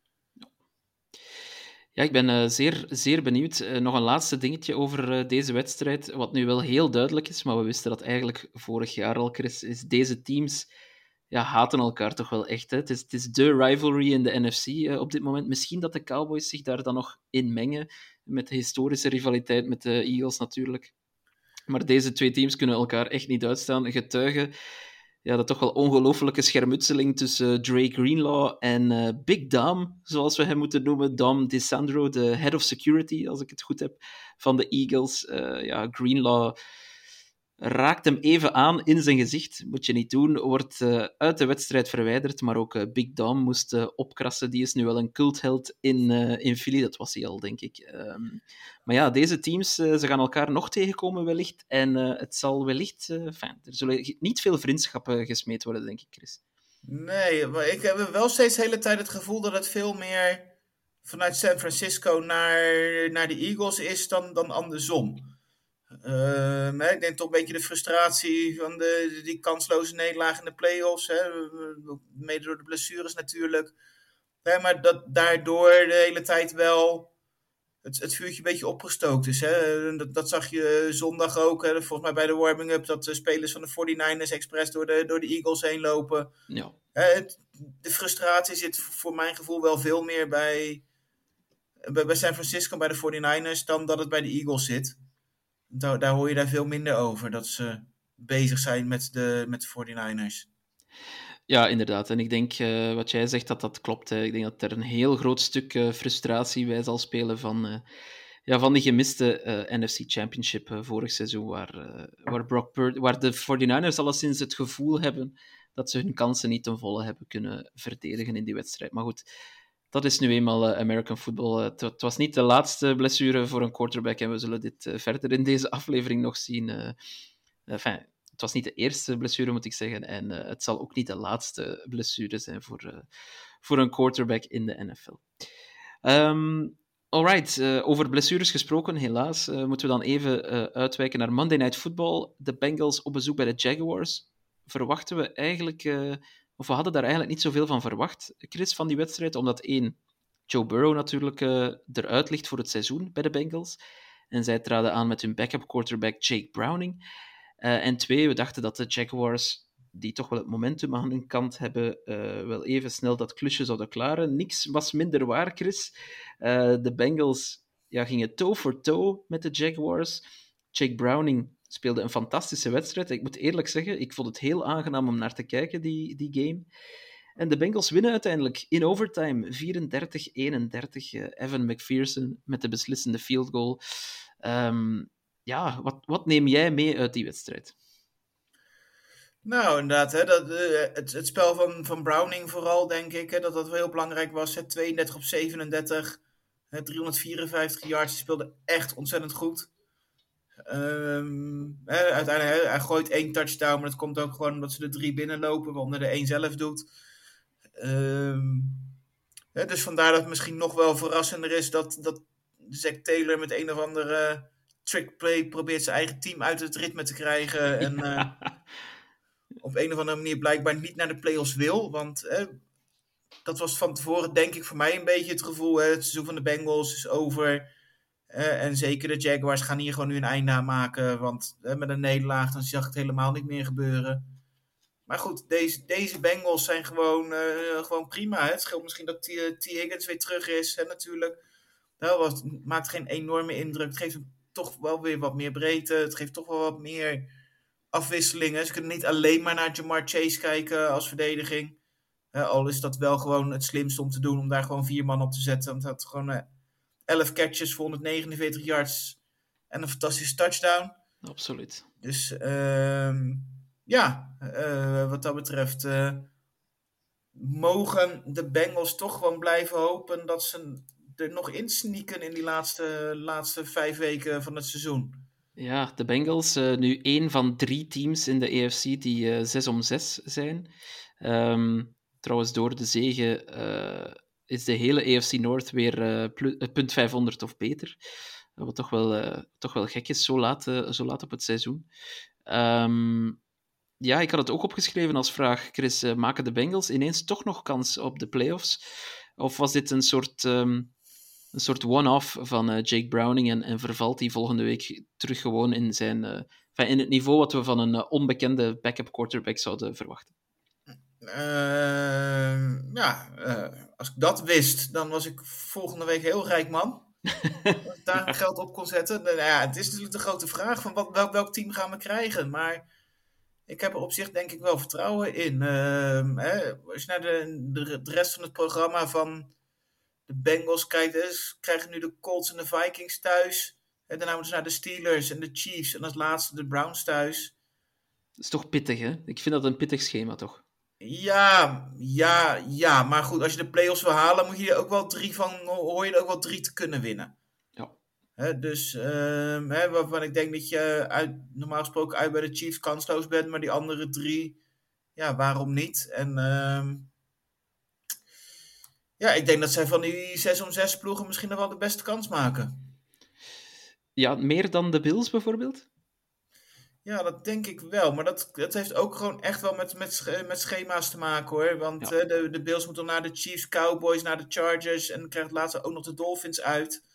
Ja, ik ben uh, zeer, zeer benieuwd. Uh, nog een laatste dingetje over uh, deze wedstrijd. Wat nu wel heel duidelijk is, maar we wisten dat eigenlijk vorig jaar al, Chris, is deze teams ja, haten elkaar toch wel echt. Hè? Het is, het is de rivalry in de N F C uh, op dit moment. Misschien dat de Cowboys zich daar dan nog in mengen, met de historische rivaliteit met de Eagles natuurlijk. Maar deze twee teams kunnen elkaar echt niet uitstaan. Getuigen ja, dat toch wel ongelofelijke schermutseling tussen Dre Greenlaw en uh, Big Dom, zoals we hem moeten noemen. Dom DeSandro, de head of security, als ik het goed heb, van de Eagles. Uh, ja, Greenlaw raakt hem even aan in zijn gezicht. Moet je niet doen. Wordt uh, uit de wedstrijd verwijderd, maar ook uh, Big Dom moest uh, opkrassen. Die is nu wel een cultheld in, uh, in Philly. Dat was hij al, denk ik. Um, maar ja, deze teams, uh, ze gaan elkaar nog tegenkomen wellicht. En uh, het zal wellicht... Uh, fijn, er zullen niet veel vriendschappen gesmeed worden, denk ik, Chris. Nee, maar ik heb wel steeds de hele tijd het gevoel dat het veel meer vanuit San Francisco naar, naar de Eagles is dan, dan andersom. Uh, ik denk toch een beetje de frustratie van de, die kansloze nederlaag in de playoffs. Hè, mede door de blessures natuurlijk. Ja, maar dat daardoor de hele tijd wel het, het vuurtje een beetje opgestookt is. Hè. Dat, dat zag je zondag ook. Hè. Volgens mij bij de warming-up dat de spelers van de forty-niners expres door de, door de Eagles heen lopen. Ja. Het, de frustratie zit voor mijn gevoel wel veel meer bij, bij, bij San Francisco, bij de forty-niners, dan dat het bij de Eagles zit. Daar, daar hoor je daar veel minder over, dat ze bezig zijn met de, met de forty-niners. Ja, inderdaad. En ik denk, uh, wat jij zegt, dat dat klopt. Hè. Ik denk dat er een heel groot stuk uh, frustratie bij zal spelen van, uh, ja, van die gemiste uh, N F C Championship uh, vorig seizoen, waar, uh, waar, Brock Purdy, waar de forty-niners alleszins het gevoel hebben dat ze hun kansen niet ten volle hebben kunnen verdedigen in die wedstrijd. Maar goed, dat is nu eenmaal uh, American football. Uh, het, het was niet de laatste blessure voor een quarterback en we zullen dit uh, verder in deze aflevering nog zien. Uh, enfin, het was niet de eerste blessure, moet ik zeggen. En uh, het zal ook niet de laatste blessure zijn voor, uh, voor een quarterback in de N F L. Um, alright, uh, over blessures gesproken, helaas, uh, moeten we dan even uh, uitwijken naar Monday Night Football. De Bengals op bezoek bij de Jaguars. Verwachten we eigenlijk... Uh, Of we hadden daar eigenlijk niet zoveel van verwacht, Chris, van die wedstrijd. Omdat één, Joe Burrow natuurlijk uh, eruit ligt voor het seizoen bij de Bengals. En zij traden aan met hun backup quarterback Jake Browning. Uh, en twee, we dachten dat de Jaguars, die toch wel het momentum aan hun kant hebben, uh, wel even snel dat klusje zouden klaren. Niks was minder waar, Chris. Uh, de Bengals ja, gingen toe voor toe met de Jaguars. Jake Browning speelde een fantastische wedstrijd. Ik moet eerlijk zeggen, ik vond het heel aangenaam om naar te kijken, die, die game. En de Bengals winnen uiteindelijk in overtime, vierendertig eenendertig. Uh, Evan McPherson met de beslissende field goal. Um, ja, wat, wat neem jij mee uit die wedstrijd? Nou, inderdaad, hè, dat, uh, het, het spel van, van Browning vooral, denk ik, hè, dat dat wel heel belangrijk was. Hè, tweeëndertig op zevenendertig. Hè, driehonderdvierenvijftig yards, hij speelde echt ontzettend goed. Um, hè, uiteindelijk, hè, hij gooit één touchdown, maar dat komt ook gewoon omdat ze er drie binnenlopen, waaronder de één zelf doet. Um, hè, dus vandaar dat het misschien nog wel verrassender is dat, dat Zac Taylor met een of andere trickplay probeert zijn eigen team uit het ritme te krijgen. En uh, op een of andere manier blijkbaar niet naar de playoffs wil. Want uh, dat was van tevoren denk ik voor mij een beetje het gevoel. Hè, het seizoen van de Bengals is over. Uh, en zeker de Jaguars gaan hier gewoon nu een einde aan maken. Want uh, met een nederlaag dan zag het helemaal niet meer gebeuren. Maar goed, deze, deze Bengals zijn gewoon, uh, gewoon prima. Hè. Het scheelt misschien dat T. T. Higgins weer terug is. Hè, natuurlijk. Dat was, maakt geen enorme indruk. Het geeft hem toch wel weer wat meer breedte. Het geeft toch wel wat meer afwisselingen. Ze kunnen niet alleen maar naar Jamar Chase kijken als verdediging. Uh, al is dat wel gewoon het slimste om te doen. Om daar gewoon vier man op te zetten. Want dat gewoon uh, elf catches voor honderdnegenenveertig yards. En een fantastische touchdown. Absoluut. Dus uh, ja, uh, wat dat betreft uh, mogen de Bengals toch gewoon blijven hopen dat ze er nog in sneaken in die laatste, laatste vijf weken van het seizoen. Ja, de Bengals, uh, nu één van drie teams in de A F C die uh, zes om zes zijn. Um, trouwens, door de zege uh, is de hele A F C North weer uh, plu- uh, punt vijfhonderd of beter. Uh, wat toch wel, uh, toch wel gek is, zo laat, uh, zo laat op het seizoen. Um, ja, ik had het ook opgeschreven als vraag, Chris. Uh, maken de Bengals ineens toch nog kans op de playoffs? Of was dit een soort... Um, Een soort one-off van uh, Jake Browning en, en vervalt hij volgende week terug gewoon in, zijn, uh, in het niveau wat we van een uh, onbekende backup quarterback zouden verwachten? Uh, ja, uh, als ik dat wist, dan was ik volgende week heel rijk man. Als ik daar geld op kon zetten. Nou ja, het is natuurlijk de grote vraag van wat, welk, welk team gaan we krijgen. Maar ik heb er op zich denk ik wel vertrouwen in. Uh, hè, als je naar de, de, de rest van het programma van de Bengals kijkt, dus krijgen nu de Colts en de Vikings thuis. En daarna moeten ze naar de Steelers en de Chiefs. En als laatste de Browns thuis. Dat is toch pittig, hè? Ik vind dat een pittig schema, toch? Ja, ja, ja. Maar goed, als je de playoffs wil halen, moet je er ook wel drie van, hoor je er ook wel drie te kunnen winnen. Ja. He, dus, um, he, waarvan ik denk dat je uit, normaal gesproken uit bij de Chiefs kansloos bent, maar die andere drie, ja, waarom niet? En um, ja, ik denk dat zij van die zes om zes ploegen misschien nog wel de beste kans maken. Ja, meer dan de Bills bijvoorbeeld? Ja, dat denk ik wel. Maar dat, dat heeft ook gewoon echt wel met, met, met schema's te maken, hoor. Want ja. uh, de, de Bills moeten naar de Chiefs, Cowboys, naar de Chargers. En dan krijgt later ook nog de Dolphins uit.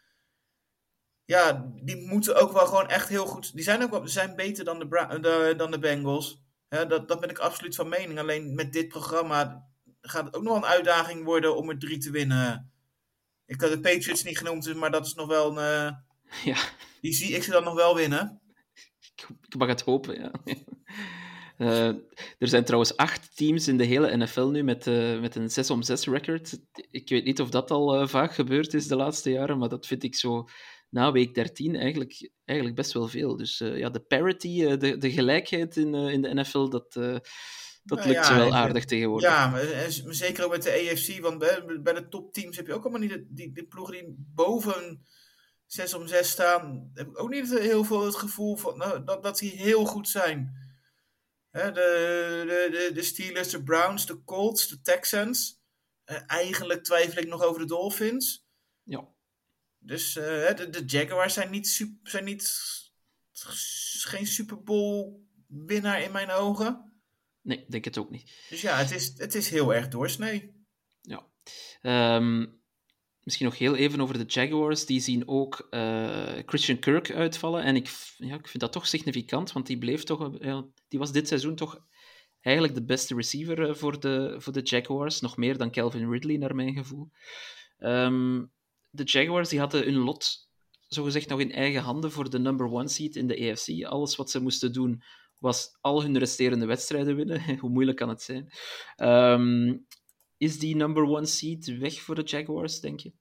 Ja, die moeten ook wel gewoon echt heel goed... Die zijn ook wel zijn beter dan de, Bra- de, dan de Bengals. Ja, dat, dat ben ik absoluut van mening. Alleen met dit programma gaat het ook nog wel een uitdaging worden om er drie te winnen. Ik had de Patriots niet genoemd, maar dat is nog wel een... Uh, ja. Die zie ik ze dan nog wel winnen. Ik mag het hopen, ja. Uh, er zijn trouwens acht teams in de hele N F L nu met, uh, met een zes om zes record. Ik weet niet of dat al uh, vaak gebeurd is de laatste jaren, maar dat vind ik zo na week dertien eigenlijk, eigenlijk best wel veel. Dus uh, ja, de parity, uh, de, de gelijkheid in, uh, in de N F L, dat, uh, dat nou, lukt ja, zo wel aardig tegenwoordig. Ja, maar, en zeker ook met de A F C, want bij, bij de topteams heb je ook allemaal niet de, die, die ploegen die boven zes om zes staan, heb ik ook niet heel veel het gevoel van, nou, dat, dat die heel goed zijn. Hè, de, de, de Steelers, de Browns, de Colts, de Texans. Uh, eigenlijk twijfel ik nog over de Dolphins. Ja. Dus uh, de, de Jaguars zijn niet, super, zijn niet geen Super Bowl winnaar in mijn ogen. Nee, denk het ook niet. Dus ja, het is, het is heel erg doorsnee. Ja. Um... Misschien nog heel even over de Jaguars. Die zien ook uh, Christian Kirk uitvallen. En ik, ja, ik vind dat toch significant, want die, bleef toch, ja, die was dit seizoen toch eigenlijk de beste receiver uh, voor, de, voor de Jaguars. Nog meer dan Calvin Ridley, naar mijn gevoel. Um, de Jaguars die hadden hun lot zogezegd nog in eigen handen voor de number one seed in de A F C. Alles wat ze moesten doen was al hun resterende wedstrijden winnen. Hoe moeilijk kan het zijn? Um, Is die number one seed weg voor de Jaguars, denk je?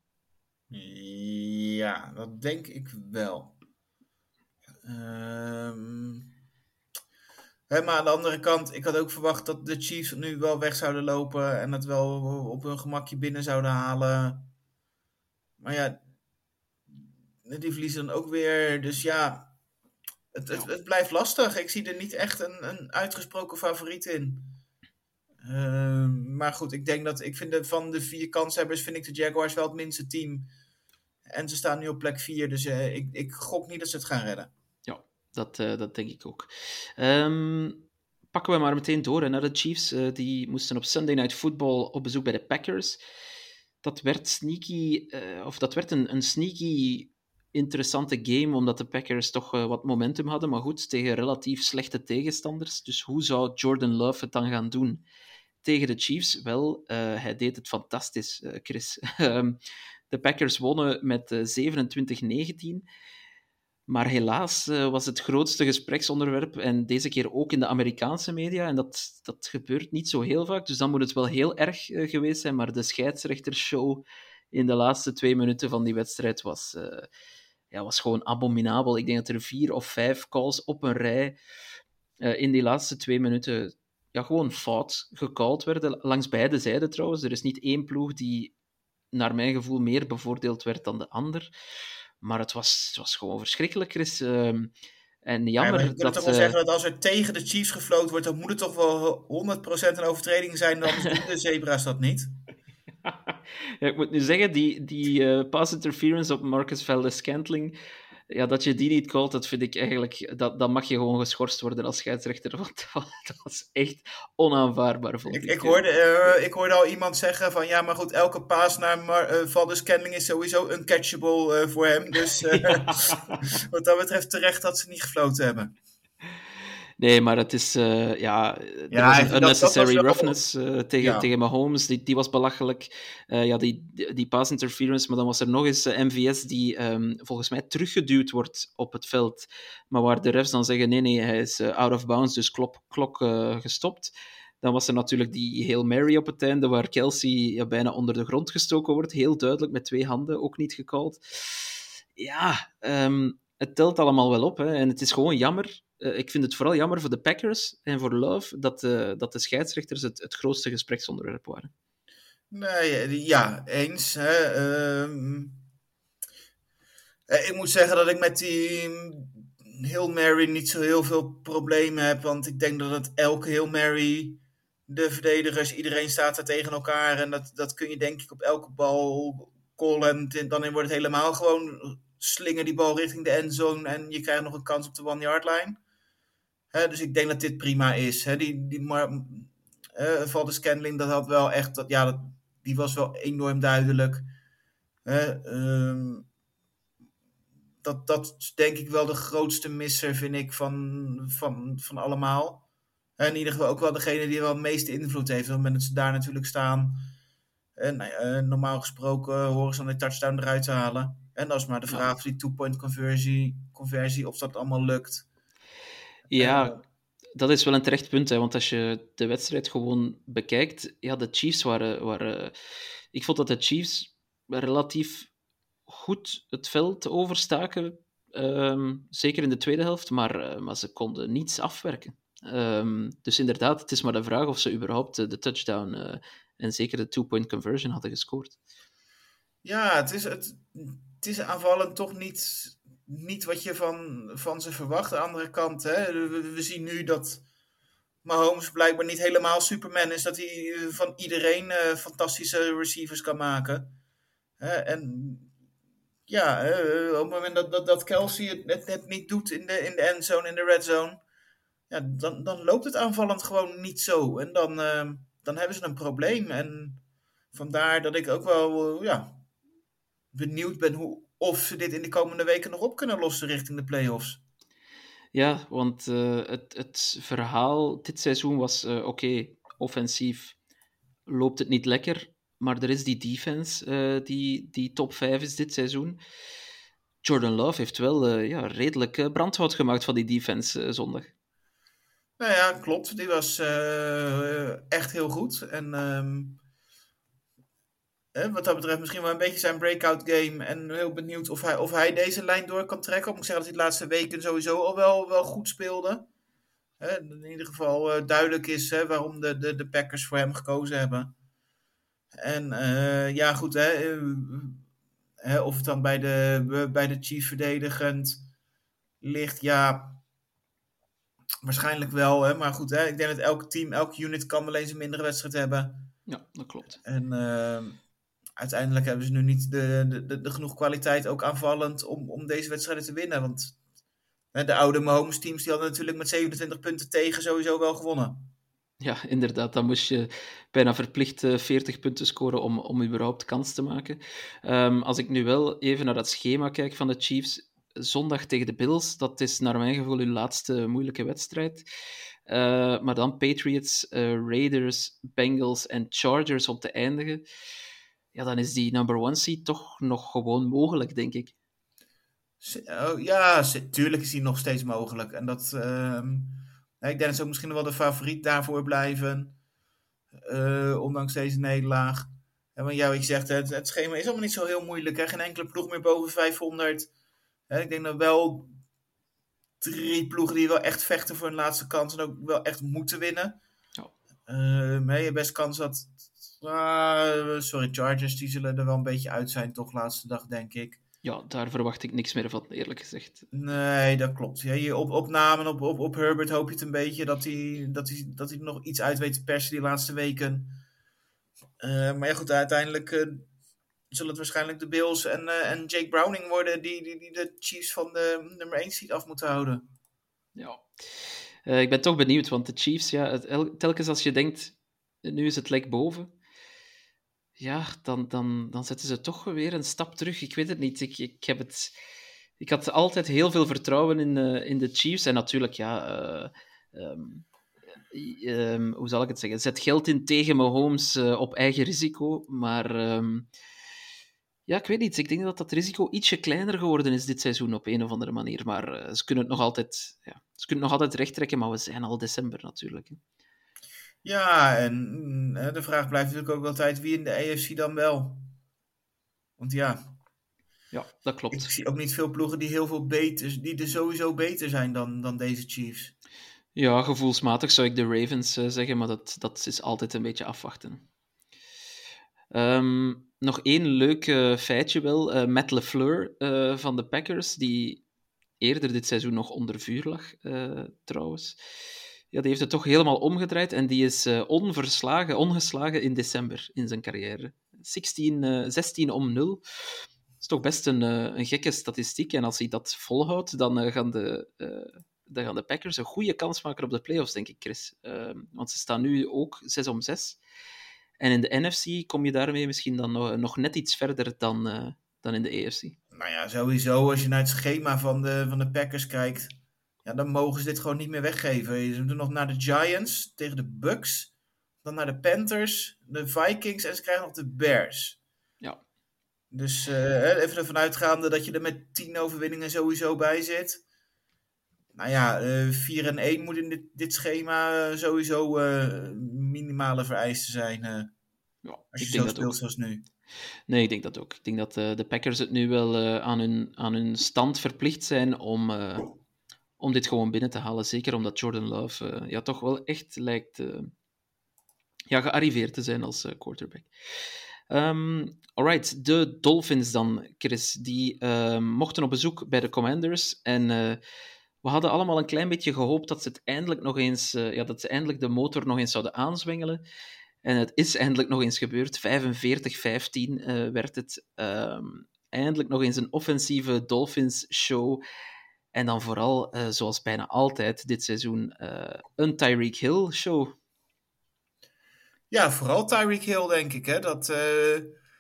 Ja, dat denk ik wel. Um, hè, maar aan de andere kant, ik had ook verwacht dat de Chiefs nu wel weg zouden lopen en het wel op hun gemakje binnen zouden halen. maar ja, die verliezen dan ook weer. Dus ja, het, het, het blijft lastig. Ik zie er niet echt een, een uitgesproken favoriet in. Uh, maar goed, ik denk dat ik vind de, van de vier kanshebbers vind ik de Jaguars wel het minste team. En ze staan nu op plek vier, dus uh, ik, ik gok niet dat ze het gaan redden. Ja, dat, uh, dat denk ik ook. Um, pakken we maar meteen door hè, naar de Chiefs. Uh, die moesten op Sunday Night Football op bezoek bij de Packers. Dat werd sneaky, uh, of dat werd een, een sneaky interessante game, omdat de Packers toch uh, wat momentum hadden, maar goed, tegen relatief slechte tegenstanders. Dus hoe zou Jordan Love het dan gaan doen tegen de Chiefs? Wel, uh, hij deed het fantastisch, uh, Chris. De Packers wonnen met uh, zevenentwintig negentien. Maar helaas uh, was het grootste gespreksonderwerp, en deze keer ook in de Amerikaanse media, en dat, dat gebeurt niet zo heel vaak, dus dan moet het wel heel erg uh, geweest zijn, maar de scheidsrechtershow in de laatste twee minuten van die wedstrijd was, uh, ja, was gewoon abominabel. Ik denk dat er vier of vijf calls op een rij uh, in die laatste twee minuten ja, gewoon fout gecalled werden, langs beide zijden trouwens. Er is niet één ploeg die naar mijn gevoel meer bevoordeeld werd dan de ander. Maar het was, het was gewoon verschrikkelijk, Chris. Uh, en jammer ja, je kunt dat... toch wel uh, zeggen dat als er tegen de Chiefs gefloten wordt, dan moet het toch wel honderd procent een overtreding zijn, dan doen de zebra's dat niet. Ja, ik moet nu zeggen, die, die uh, pass interference op Marcus Valdes-Scantling, ja, dat je die niet callt, dat vind ik eigenlijk... Dat, dat mag je gewoon geschorst worden als scheidsrechter, want dat was echt onaanvaardbaar, vond ik. Ik, ik, hoorde, uh, ik hoorde al iemand zeggen van, ja, maar goed, elke paas naar Mar- uh, Valdes-Scantling is sowieso uncatchable uh, voor hem. Dus uh, ja. Wat dat betreft terecht dat ze niet gefloten hebben. Nee, maar het is... Uh, ja, er ja, was een unnecessary wel... roughness uh, tegen, ja. tegen Mahomes. Die, die was belachelijk. Uh, ja, die, die, die pass interference. Maar dan was er nog eens uh, M V S die um, volgens mij teruggeduwd wordt op het veld. Maar waar de refs dan zeggen, nee, nee, hij is uh, out of bounds, dus klok, klok uh, gestopt. Dan was er natuurlijk die Hail Mary op het einde, waar Kelsey ja, bijna onder de grond gestoken wordt. Heel duidelijk, met twee handen, ook niet gecalled. Ja, um, het telt allemaal wel op. Hè. En het is gewoon jammer. Uh, ik vind het vooral jammer voor de Packers en voor Love dat, uh, dat de scheidsrechters het, het grootste gespreksonderwerp waren. Nee, ja, eens. Hè. Uh, ik moet zeggen dat ik met die Hail Mary niet zo heel veel problemen heb, want ik denk dat het elke Hail Mary, de verdedigers, iedereen staat er tegen elkaar en dat, dat kun je denk ik op elke bal callen. En dan wordt het helemaal gewoon slinger die bal richting de endzone en je krijgt nog een kans op de one-yard line. He, dus ik denk dat dit prima is. He, die die maar, uh, Valdes-Scantling, dat had wel echt... Dat, ja, dat, die was wel enorm duidelijk. He, um, dat, dat is denk ik wel de grootste misser, vind ik, van, van, van allemaal. He, in ieder geval ook wel degene die wel het meeste invloed heeft. Op het moment dat ze daar natuurlijk staan. En, uh, normaal gesproken horen ze dan de touchdown eruit te halen. En dat is maar de vraag of die two-point conversie, conversie, of dat allemaal lukt. Ja, uh, dat is wel een terecht punt, hè, want als je de wedstrijd gewoon bekijkt, ja, de Chiefs waren, waren... Ik vond dat de Chiefs relatief goed het veld overstaken, um, zeker in de tweede helft, maar, uh, maar ze konden niets afwerken. Um, dus inderdaad, het is maar de vraag of ze überhaupt de touchdown uh, en zeker de two-point conversion hadden gescoord. Ja, het is, het, het is aanvallend toch niet... niet wat je van, van ze verwacht. Aan de andere kant, hè, we, we zien nu dat Mahomes blijkbaar niet helemaal Superman is. Dat hij van iedereen uh, fantastische receivers kan maken. Hè, en ja, uh, op het moment dat, dat, dat Kelsey het, het, het niet doet in de, in de endzone, in de red zone, ja, dan, dan loopt het aanvallend gewoon niet zo. En dan, uh, dan hebben ze een probleem. En vandaar dat ik ook wel uh, ja, benieuwd ben hoe of ze dit in de komende weken nog op kunnen lossen richting de play-offs. Ja, want uh, het, het verhaal dit seizoen was... Uh, Oké, okay, offensief loopt het niet lekker, maar er is die defense uh, die, die top vijf is dit seizoen. Jordan Love heeft wel uh, ja, redelijk uh, brandhout gemaakt van die defense uh, zondag. Nou ja, klopt. Die was uh, echt heel goed. En... Um... wat dat betreft misschien wel een beetje zijn breakout game. En heel benieuwd of hij, of hij deze lijn door kan trekken. Ik moet zeggen dat hij de laatste weken sowieso al wel, wel goed speelde. He, in ieder geval uh, duidelijk is he, waarom de, de, de Packers voor hem gekozen hebben. En uh, ja goed, hè, uh, Hè, of het dan bij de, bij de Chiefs verdedigend ligt, ja... Waarschijnlijk wel, hè? Maar goed, hè? Ik denk dat elk team, elk unit kan wel eens een mindere wedstrijd hebben. Ja, dat klopt. En uh, uiteindelijk hebben ze nu niet de, de, de, de genoeg kwaliteit, ook aanvallend, om, om deze wedstrijden te winnen. Want hè, de oude Mahomes teams die hadden natuurlijk met zevenentwintig punten tegen sowieso wel gewonnen. Ja, inderdaad. Dan moest je bijna verplicht uh, veertig punten scoren om, om überhaupt kans te maken. Um, als ik nu wel even naar dat schema kijk van de Chiefs... Zondag tegen de Bills, dat is naar mijn gevoel hun laatste moeilijke wedstrijd. Uh, maar dan Patriots, uh, Raiders, Bengals en Chargers om te eindigen. Ja, dan is die number one seed toch nog gewoon mogelijk, denk ik. Ja, tuurlijk is die nog steeds mogelijk. En dat, uh, ik denk dat ze ook misschien wel de favoriet daarvoor blijven. Uh, ondanks deze nederlaag. En ja, wat je zegt, het, het schema is allemaal niet zo heel moeilijk. Hè? Geen enkele ploeg meer boven vijfhonderd. He, ik denk dat wel drie ploegen die wel echt vechten voor hun laatste kans en ook wel echt moeten winnen. Oh. Uh, nee, je best kans dat... Uh, sorry, Chargers, die zullen er wel een beetje uit zijn, toch, laatste dag, denk ik. Ja, daar verwacht ik niks meer van, eerlijk gezegd. Nee, dat klopt. Ja, je op, op namen, op, op, op Herbert hoop je het een beetje dat hij, dat hij, dat hij nog iets uit weet te persen die laatste weken. Uh, maar ja, goed, uiteindelijk... Uh, zullen het waarschijnlijk de Bills en, uh, en Jake Browning worden die, die, die de Chiefs van de nummer één seed af moeten houden. Ja, uh, ik ben toch benieuwd, want de Chiefs, ja, het, el, telkens als je denkt, nu is het lek boven, ja, dan, dan, dan zetten ze toch weer een stap terug. Ik weet het niet. Ik, ik, heb het, ik had altijd heel veel vertrouwen in, uh, in de Chiefs en natuurlijk, ja... Uh, um, Um, hoe zal ik het zeggen? Zet geld in tegen Mahomes uh, op eigen risico, maar um, ja, ik weet niet. Ik denk dat dat risico ietsje kleiner geworden is dit seizoen op een of andere manier, maar uh, ze kunnen het nog altijd, ja, ze kunnen het nog altijd rechttrekken, maar we zijn al december natuurlijk. Hè. Ja, en uh, de vraag blijft natuurlijk ook altijd wie in de A F C dan wel. Want ja... Ja, dat klopt. Ik zie ook niet veel ploegen die heel veel beter, die er sowieso beter zijn dan, dan deze Chiefs. Ja, gevoelsmatig zou ik de Ravens uh, zeggen, maar dat, dat is altijd een beetje afwachten. Um, nog één leuk uh, feitje wel. Uh, Matt LaFleur uh, van de Packers, die eerder dit seizoen nog onder vuur lag, uh, trouwens. Ja, die heeft het toch helemaal omgedraaid en die is uh, onverslagen, ongeslagen in december in zijn carrière. zestien, uh, zestien om nul. Dat is toch best een, uh, een gekke statistiek. En als hij dat volhoudt, dan uh, gaan de... Uh, Dan gaan de Packers een goede kans maken op de playoffs, denk ik, Chris. Uh, want ze staan nu ook zes om zes. En in de N F C kom je daarmee misschien dan nog, nog net iets verder dan, uh, dan in de A F C. Nou ja, sowieso, als je naar het schema van de, van de Packers kijkt, ja, dan mogen ze dit gewoon niet meer weggeven. Ze moeten nog naar de Giants tegen de Bucks, dan naar de Panthers, de Vikings en ze krijgen nog de Bears. Ja. Dus uh, even ervan uitgaande dat je er met tien overwinningen sowieso bij zit. Nou ja, uh, vier en één moet in dit, dit schema uh, sowieso uh, minimale vereisten zijn. Uh, ja, als je ik zo denk speelt dat ook. zoals nu. Nee, ik denk dat ook. Ik denk dat uh, de Packers het nu wel uh, aan, hun, aan hun stand verplicht zijn om, uh, om dit gewoon binnen te halen. Zeker omdat Jordan Love uh, ja, toch wel echt lijkt uh, ja, gearriveerd te zijn als uh, quarterback. Um, alright, de Dolphins dan, Chris. Die uh, mochten op bezoek bij de Commanders en... Uh, We hadden allemaal een klein beetje gehoopt dat ze, het eindelijk nog eens, uh, ja, dat ze eindelijk de motor nog eens zouden aanzwengelen. En het is eindelijk nog eens gebeurd. vijfenveertig vijftien uh, werd het. Um, eindelijk nog eens een offensieve Dolphins-show. En dan vooral, uh, zoals bijna altijd dit seizoen, uh, een Tyreek Hill-show. Ja, vooral Tyreek Hill, denk ik. Hè? Dat... Uh...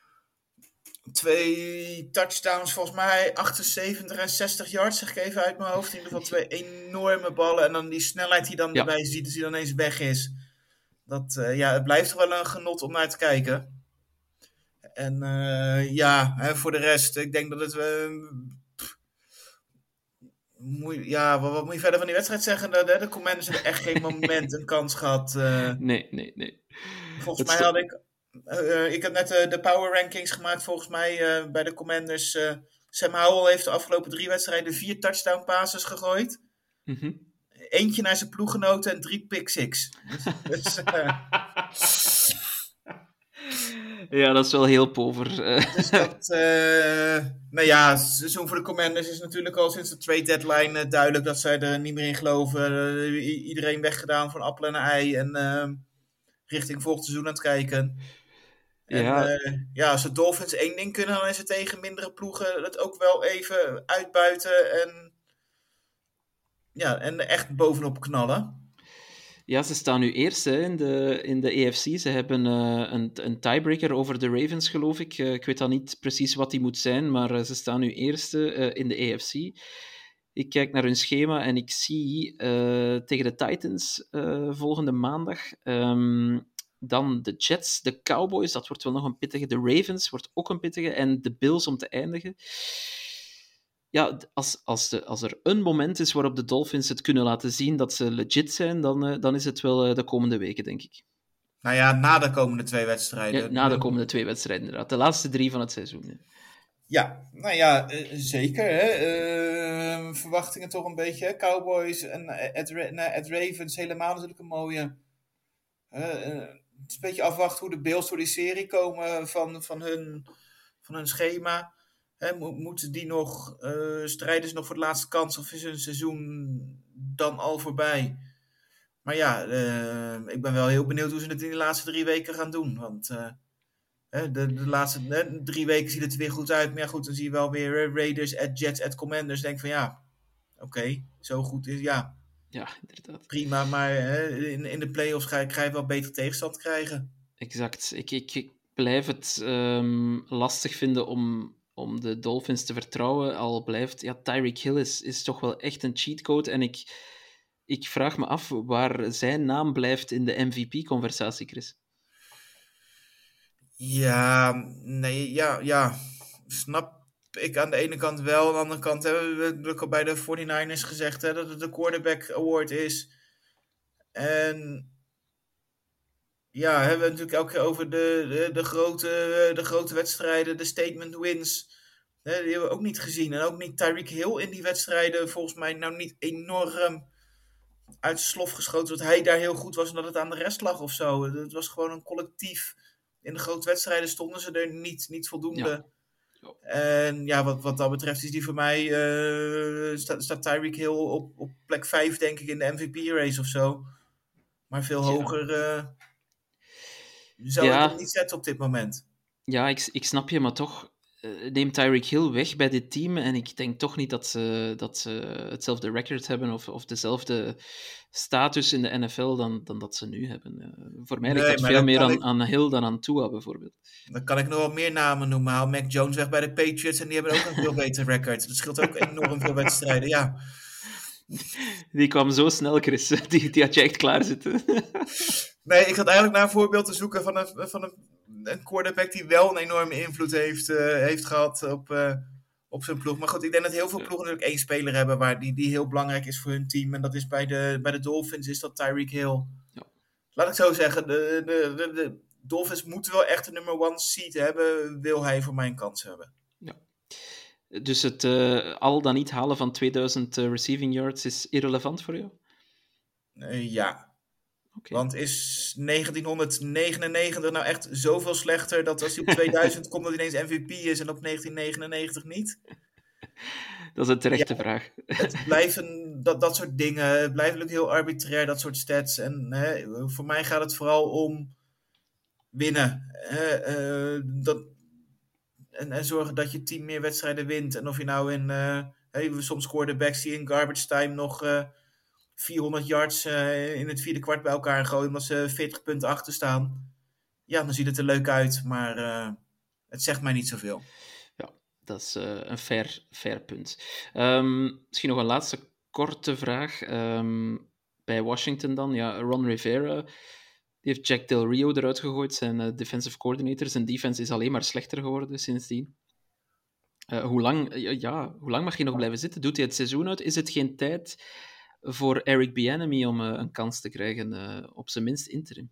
Twee touchdowns, volgens mij achtenzeventig en zestig yards, zeg ik even uit mijn hoofd. In ieder geval twee enorme ballen. En dan die snelheid die dan ja. erbij ziet, als die dan eens weg is. Dat, uh, ja, het blijft toch wel een genot om naar te kijken. En uh, ja, hè, voor de rest, ik denk dat het... Uh, pff, moet, ja, wat, wat moet je verder van die wedstrijd zeggen? De, de, de Commanders hebben echt geen moment een kans gehad. Uh, nee, nee, nee. Volgens mij had ik... Uh, ik heb net uh, de power rankings gemaakt, volgens mij, uh, bij de Commanders. Uh, Sam Howell heeft de afgelopen drie wedstrijden vier touchdown passes gegooid. Mm-hmm. Eentje naar zijn ploeggenoten en drie pick six. Dus, dus, uh... Ja, dat is wel heel pover. Uh. Dus dat, uh, nou ja, het seizoen voor de Commanders is natuurlijk al sinds de trade deadline uh, duidelijk dat zij er niet meer in geloven. Uh, i- iedereen weggedaan van appel en een ei en uh, richting volgend seizoen aan het kijken. En ja. Uh, ja, als de Dolphins één ding kunnen, dan is het tegen mindere ploegen het ook wel even uitbuiten en, ja, en echt bovenop knallen. Ja, ze staan nu eerst hè, in, de, in de A F C. Ze hebben uh, een, een tiebreaker over de Ravens, geloof ik. Uh, ik weet dan niet precies wat die moet zijn, maar uh, ze staan nu eerste uh, in de A F C. Ik kijk naar hun schema en ik zie uh, tegen de Titans uh, volgende maandag. Um, dan de Jets, de Cowboys, dat wordt wel nog een pittige. De Ravens wordt ook een pittige. En de Bills om te eindigen. Ja, als, als, de, als er een moment is waarop de Dolphins het kunnen laten zien dat ze legit zijn, dan, uh, dan is het wel uh, de komende weken, denk ik. Nou ja, na de komende twee wedstrijden. Ja, na de komende twee wedstrijden, inderdaad. De laatste drie van het seizoen. Ja, ja nou ja, uh, zeker. Hè? Uh, verwachtingen toch een beetje. Hè? Cowboys en Ed, uh, Ed Ravens helemaal natuurlijk een mooie. Uh, uh, het is een beetje afwachten hoe de Bills door die serie komen van, van, hun, van hun schema. He, mo- moeten die nog, uh, strijden ze nog voor de laatste kans of is hun seizoen dan al voorbij? Maar ja, uh, ik ben wel heel benieuwd hoe ze het in de laatste drie weken gaan doen. Want uh, de, de laatste uh, drie weken ziet het er weer goed uit. Maar ja, goed, dan zie je wel weer uh, Raiders, at Jets, at Commanders. Denk van ja, oké, okay, zo goed is ja. Ja, inderdaad. Prima, maar uh, in, in de playoffs ga, ga je wel beter tegenstand krijgen. Exact. Ik, ik, ik blijf het um, lastig vinden om... om de Dolphins te vertrouwen, al blijft... Ja, Tyreek Hill is, is toch wel echt een cheatcode. En ik, ik vraag me af waar zijn naam blijft in de M V P-conversatie, Chris. Ja, nee, ja, ja. Snap ik aan de ene kant wel. Aan de andere kant hebben we het al bij de forty-niners gezegd, hè, dat het de quarterback award is. En... ja, hebben we natuurlijk elke keer over de, de, de, grote, de grote wedstrijden, de statement wins. Hè, die hebben we ook niet gezien. En ook niet Tyreek Hill in die wedstrijden volgens mij nou niet enorm uit de slof geschoten. Dat hij daar heel goed was en dat het aan de rest lag of zo. Het was gewoon een collectief. In de grote wedstrijden stonden ze er niet, niet voldoende. Ja. Ja. En ja, wat, wat dat betreft is die voor mij... Uh, staat, staat Tyreek Hill op, op plek vijf, denk ik, in de M V P-race of zo. Maar veel ja. hoger... Uh, zou ja. ik hem niet zetten op dit moment. Ja, ik, ik snap je, maar toch uh, neemt Tyreek Hill weg bij dit team en ik denk toch niet dat ze, dat ze hetzelfde record hebben of, of dezelfde status in de N F L dan, dan dat ze nu hebben. Uh, voor mij ligt nee, dat veel meer aan, ik... aan Hill dan aan Tua, bijvoorbeeld. Dan kan ik nog wel meer namen noemen. Haal Mac Jones weg bij de Patriots en die hebben ook een veel beter record. Dat scheelt ook enorm veel wedstrijden, ja. Die kwam zo snel, Chris. Die, die had je echt klaar zitten. Nee, ik had eigenlijk naar een voorbeeld te zoeken van een, van een, een quarterback die wel een enorme invloed heeft, uh, heeft gehad op, uh, op zijn ploeg. Maar goed, ik denk dat heel veel ploegen natuurlijk één speler hebben waar die, die heel belangrijk is voor hun team. En dat is bij de, bij de Dolphins is dat Tyreek Hill. Ja. Laat ik zo zeggen, de, de, de, de Dolphins moeten wel echt de nummer one seed hebben, wil hij voor mij een kans hebben. Ja. Dus het uh, al dan niet halen van tweeduizend uh, receiving yards is irrelevant voor jou? Uh, ja. Okay. Want is negentienhonderdnegenennegentig nou echt zoveel slechter dat als hij op tweeduizend komt dat hij ineens M V P is en op negentien negenennegentig niet? Dat is een terechte ja, vraag. Het blijven dat, dat soort dingen, het blijft ook heel arbitrair, dat soort stats. En hè, voor mij gaat het vooral om winnen. Hè, uh, dat, en, en zorgen dat je team meer wedstrijden wint. En of je nou in, uh, hey, soms quarterbacks die in garbage time nog... Uh, vierhonderd yards uh, in het vierde kwart bij elkaar gooien omdat ze veertig punten achter staan. Ja, dan ziet het er leuk uit, maar uh, het zegt mij niet zoveel. Ja, dat is uh, een fair, fair punt. Um, misschien nog een laatste korte vraag. Um, bij Washington dan, ja, Ron Rivera, die heeft Jack Del Rio eruit gegooid, zijn uh, defensive coordinator. Zijn defense is alleen maar slechter geworden sindsdien. Uh, hoe lang, uh, ja, hoe lang mag hij nog blijven zitten? Doet hij het seizoen uit? Is het geen tijd... voor Eric Bieniemy om uh, een kans te krijgen, uh, op zijn minst interim?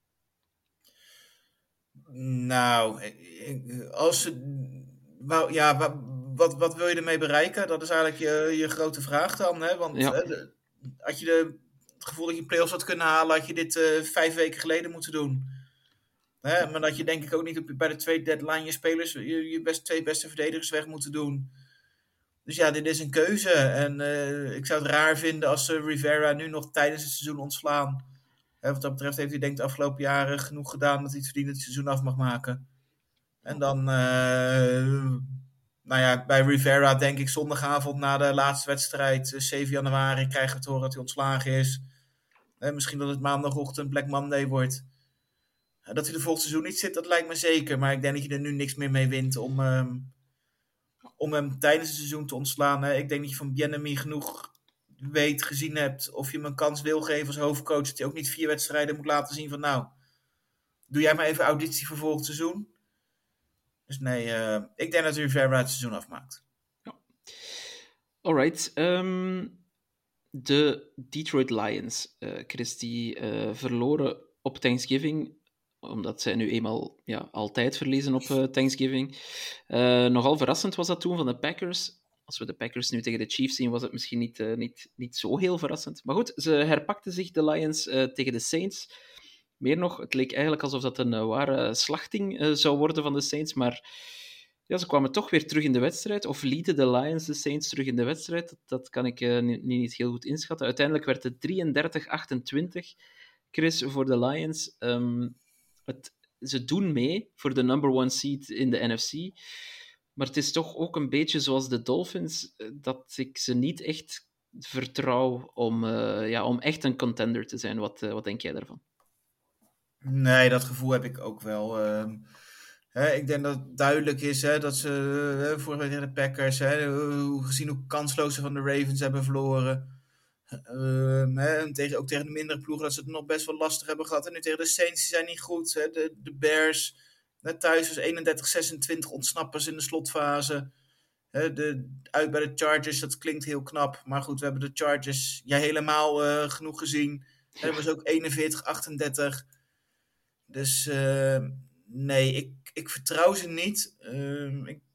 Nou, als ze, well, ja, wat, wat wil je ermee bereiken? Dat is eigenlijk je, je grote vraag dan. Hè? Want ja. uh, had je de, het gevoel dat je playoffs had kunnen halen, had je dit uh, vijf weken geleden moeten doen. Hè? Maar dat je denk ik ook niet op, bij de twee deadline je spelers, je, je best, twee beste verdedigers weg moeten doen. Dus ja, dit is een keuze. En uh, ik zou het raar vinden als ze Rivera nu nog tijdens het seizoen ontslaan. Hè, wat dat betreft heeft hij denk ik de afgelopen jaren genoeg gedaan dat hij het verdient dat hij het seizoen af mag maken. En dan, uh, nou ja, bij Rivera denk ik zondagavond na de laatste wedstrijd, zeven januari, krijgen we te horen dat hij ontslagen is. Uh, misschien dat het maandagochtend Black Monday wordt. Uh, dat hij er volgend seizoen niet zit, dat lijkt me zeker. Maar ik denk dat je er nu niks meer mee wint om, um, om hem tijdens het seizoen te ontslaan. Hè. Ik denk dat je van Bieniemy genoeg weet, gezien hebt, of je hem een kans wil geven als hoofdcoach, dat hij ook niet vier wedstrijden moet laten zien van nou, doe jij maar even auditie voor volgend seizoen. Dus nee, uh, ik denk dat Rivera het seizoen afmaakt. Ja. Alright. Um, de Detroit Lions, uh, Chris, die uh, verloren op Thanksgiving, omdat zij nu eenmaal ja, altijd verliezen op uh, Thanksgiving. Uh, nogal verrassend was dat toen van de Packers. Als we de Packers nu tegen de Chiefs zien, was het misschien niet, uh, niet, niet zo heel verrassend. Maar goed, ze herpakten zich, de Lions, uh, tegen de Saints. Meer nog, het leek eigenlijk alsof dat een uh, ware slachting uh, zou worden van de Saints, maar ja, ze kwamen toch weer terug in de wedstrijd, of lieten de Lions de Saints terug in de wedstrijd. Dat, dat kan ik uh, niet, niet heel goed inschatten. Uiteindelijk werd het drieëndertig achtentwintig, Chris, voor de Lions. Um, het, ze doen mee voor de number one seed in de N F C, maar het is toch ook een beetje zoals de Dolphins, dat ik ze niet echt vertrouw om, uh, ja, om echt een contender te zijn. Wat, uh, wat denk jij daarvan? Nee, dat gevoel heb ik ook wel. Uh, hè, ik denk dat het duidelijk is hè, dat ze uh, vorige week tegen de Packers, hè, uh, gezien hoe kansloos ze van de Ravens hebben verloren. Uh, hè, tegen, ook tegen de mindere ploegen dat ze het nog best wel lastig hebben gehad. En nu tegen de Saints, die zijn niet goed. Hè, de, de Bears, hè, thuis was eenendertig zesentwintig ontsnappen ze in de slotfase. Hè, de, uit bij de Chargers, dat klinkt heel knap. Maar goed, we hebben de Chargers ja, helemaal uh, genoeg gezien. Hè, dat was ook eenenveertig achtendertig. Dus uh, nee, ik, ik vertrouw ze niet. Uh, ik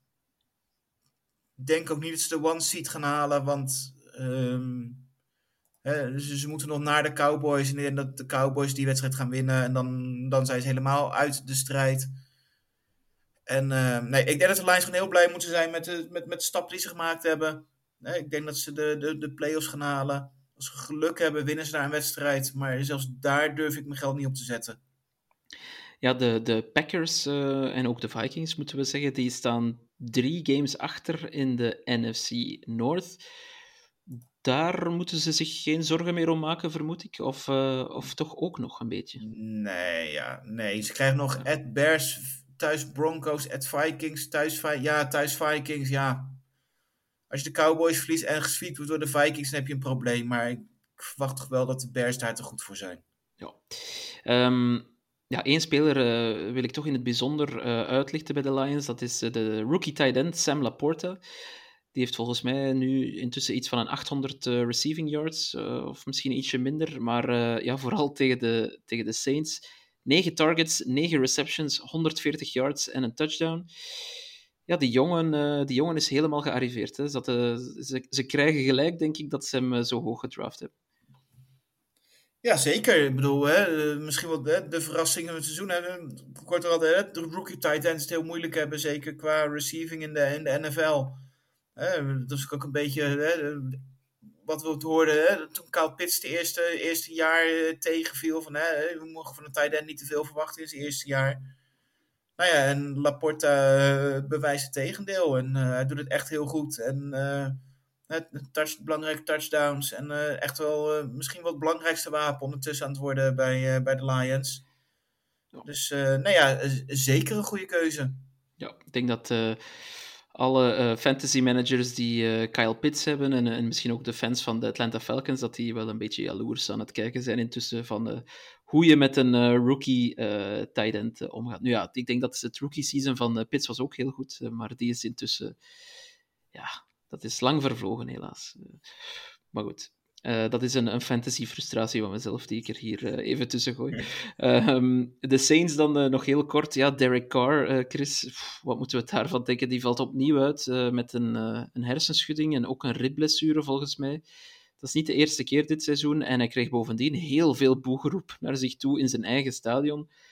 denk ook niet dat ze de one seed gaan halen, want um, hè, ze, ze moeten nog naar de Cowboys. En ik denk dat de Cowboys die wedstrijd gaan winnen en dan, dan zijn ze helemaal uit de strijd. En uh, nee, ik denk dat de Lions gewoon heel blij moeten zijn met de, met, met de stap die ze gemaakt hebben. Nee, ik denk dat ze de, de, de play-offs gaan halen. Als ze geluk hebben, winnen ze daar een wedstrijd. Maar zelfs daar durf ik mijn geld niet op te zetten. Ja, de, de Packers uh, en ook de Vikings, moeten we zeggen, die staan drie games achter in de N F C North. Daar moeten ze zich geen zorgen meer om maken, vermoed ik. Of, uh, of toch ook nog een beetje? Nee, ja, nee. Ze krijgen nog ja. at Bears, thuis Broncos, at Vikings, thuis, ja, thuis Vikings, ja. Als je de Cowboys verliest en gesweept wordt door de Vikings, dan heb je een probleem. Maar ik verwacht toch wel dat de Bears daar te goed voor zijn. Ja. Um, Ja, één speler uh, wil ik toch in het bijzonder uh, uitlichten bij de Lions. Dat is uh, de rookie tight end Sam Laporta. Die heeft volgens mij nu intussen iets van een achthonderd uh, receiving yards, uh, of misschien ietsje minder. Maar uh, ja, vooral tegen de, tegen de Saints. negen targets, negen receptions, honderdveertig yards en een touchdown. Ja, die jongen, uh, die jongen is helemaal gearriveerd. Hè. Dat, uh, ze, ze krijgen gelijk, denk ik, dat ze hem uh, zo hoog gedraft hebben. Ja, zeker. Ik bedoel, hè, misschien wel de, de verrassingen van het seizoen. Hè. Kort al, hè, de rookie tight ends het heel moeilijk hebben, zeker qua receiving in de, in de N F L. Hè, dat is ook een beetje hè, wat we het hoorden. Hè, toen Kyle Pitts de eerste, eerste jaar tegenviel. Van, hè, we mogen van een tight end niet te veel verwachten in zijn eerste jaar. Nou ja, en Laporta uh, bewijst het tegendeel. En uh, hij doet het echt heel goed. En... Uh, Touch, belangrijke touchdowns en uh, echt wel uh, misschien wel het belangrijkste wapen ondertussen aan het worden bij, uh, bij de Lions. Ja. Dus uh, nou ja, zeker een goede keuze. Ja, ik denk dat uh, alle uh, fantasy managers die uh, Kyle Pitts hebben en, en misschien ook de fans van de Atlanta Falcons, dat die wel een beetje jaloers aan het kijken zijn intussen van uh, hoe je met een uh, rookie uh, tight end uh, omgaat. Nu ja, ik denk dat het rookie season van uh, Pitts was ook heel goed, uh, maar die is intussen... ja. Dat is lang vervlogen, helaas. Uh, maar goed, uh, dat is een, een fantasy-frustratie van mezelf die ik er hier uh, even tussen gooi. Uh, um, de Saints dan uh, nog heel kort. Ja, Derek Carr, uh, Chris, pff, wat moeten we daarvan denken? Die valt opnieuw uit uh, met een, uh, een hersenschudding en ook een ribblessure, volgens mij. Dat is niet de eerste keer dit seizoen. En hij kreeg bovendien heel veel boegeroep naar zich toe in zijn eigen stadion.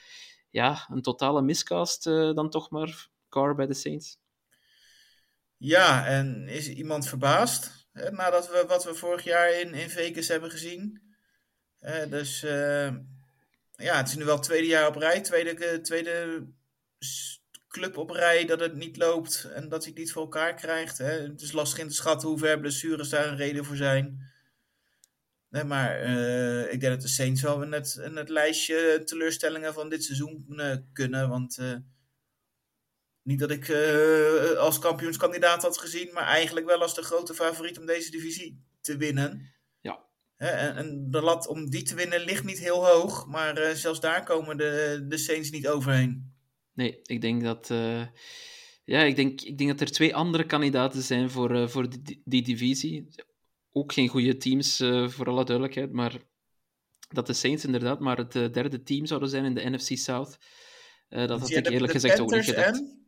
ja, een totale miscast uh, dan toch maar, Carr bij de Saints. Ja, en is iemand verbaasd hè, nadat we wat we vorig jaar in, in Vegas hebben gezien? Uh, dus uh, ja, het is nu wel het tweede jaar op rij, tweede, tweede club op rij dat het niet loopt en dat hij het niet voor elkaar krijgt. Hè. Het is lastig in te schatten hoe ver blessures daar een reden voor zijn. Nee, maar uh, ik denk dat de Saints wel in het, in het lijstje teleurstellingen van dit seizoen uh, kunnen. Want uh, niet dat ik uh, als kampioenskandidaat had gezien, maar eigenlijk wel als de grote favoriet om deze divisie te winnen. Ja. Hè, en, en de lat om die te winnen ligt niet heel hoog, maar uh, zelfs daar komen de, de Saints niet overheen. Nee, ik denk dat... Uh... Ja, ik denk, ik denk dat er twee andere kandidaten zijn voor, uh, voor die, die divisie. Ook geen goede teams, uh, voor alle duidelijkheid, maar dat de Saints inderdaad maar het uh, derde team zouden zijn in de N F C South. Uh, dat had ik de, eerlijk de gezegd Panthers ook niet gedacht. En?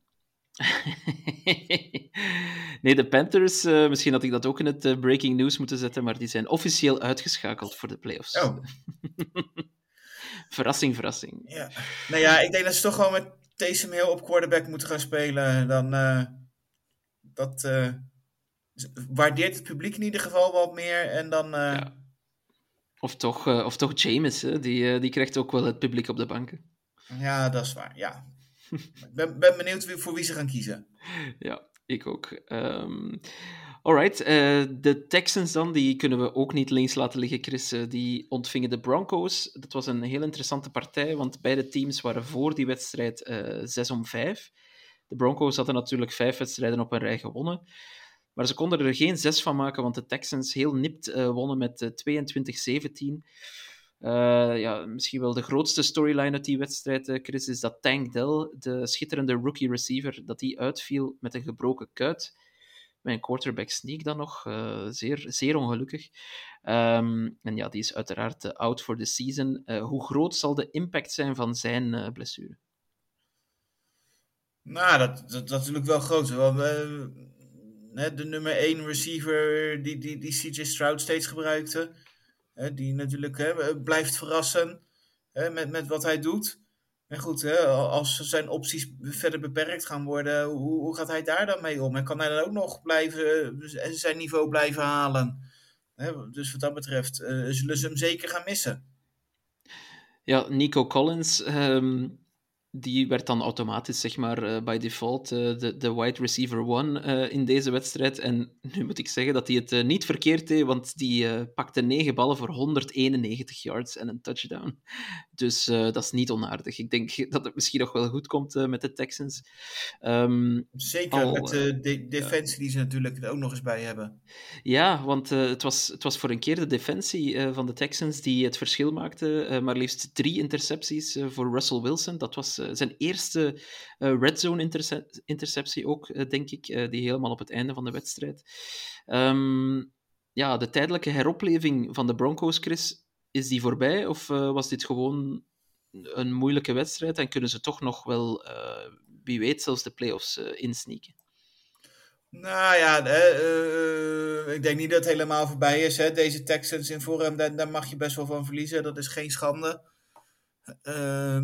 Nee, de Panthers, uh, misschien had ik dat ook in het uh, breaking news moeten zetten, maar die zijn officieel uitgeschakeld voor de playoffs. Oh. Verrassing, verrassing. Ja. Nou ja, ik denk dat ze toch gewoon met Taysom Hill op quarterback moeten gaan spelen. Dan uh, dat uh, waardeert het publiek in ieder geval wat meer. En dan, uh... ja. Of toch, uh, of toch Jameis, hè? Die, uh, die krijgt ook wel het publiek op de banken. Ja, dat is waar, ja. Ik ben, ben benieuwd wie, voor wie ze gaan kiezen. Ja, ik ook. Um, alright, uh, de Texans dan, die kunnen we ook niet links laten liggen, Chris. Uh, die ontvingen de Broncos. Dat was een heel interessante partij, want beide teams waren voor die wedstrijd uh, zes om vijf. De Broncos hadden natuurlijk vijf wedstrijden op een rij gewonnen. Maar ze konden er geen zes van maken, want de Texans heel nipt uh, wonnen met uh, tweeëntwintig zeventien. Uh, ja, misschien wel de grootste storyline uit die wedstrijd, uh, Chris, is dat Tank Dell, de schitterende rookie receiver, dat die uitviel met een gebroken kuit. Mijn quarterback sneak dan nog, uh, zeer, zeer ongelukkig. Um, en ja, die is uiteraard uh, out for the season. Uh, hoe groot zal de impact zijn van zijn uh, blessure? Nou, dat, dat, dat is natuurlijk wel groot. Want, uh, de nummer één receiver die, die, die C J Stroud steeds gebruikte. Hè, die natuurlijk hè, blijft verrassen hè, met, met wat hij doet. En goed, hè, als zijn opties verder beperkt gaan worden, hoe, hoe gaat hij daar dan mee om? En kan hij dan ook nog blijven, zijn niveau blijven halen? Hè, dus wat dat betreft uh, zullen ze hem zeker gaan missen. Ja, Nico Collins, um, die werd dan automatisch, zeg maar, uh, by default uh, de, de wide receiver one uh, in deze wedstrijd. En nu moet ik zeggen dat hij het uh, niet verkeerd deed, want die uh, pakte negen ballen voor honderdeenennegentig yards en een touchdown. Dus uh, dat is niet onaardig. Ik denk dat het misschien nog wel goed komt uh, met de Texans. Um, Zeker al, met de de defensie ja. die ze natuurlijk er ook nog eens bij hebben. Ja, want uh, het, was, het was voor een keer de defensie uh, van de Texans die het verschil maakte. Uh, maar liefst drie intercepties uh, voor Russell Wilson. Dat was uh, zijn eerste uh, red zone interce- interceptie ook, uh, denk ik. Uh, die helemaal op het einde van de wedstrijd. Um, ja, de tijdelijke heropleving van de Broncos, Chris, is die voorbij? Of uh, was dit gewoon een moeilijke wedstrijd en kunnen ze toch nog wel, uh, wie weet, zelfs de playoffs uh, insneaken? Nou ja, uh, uh, ik denk niet dat het helemaal voorbij is. Hè. Deze Texans in vorm, daar, daar mag je best wel van verliezen. Dat is geen schande. Uh,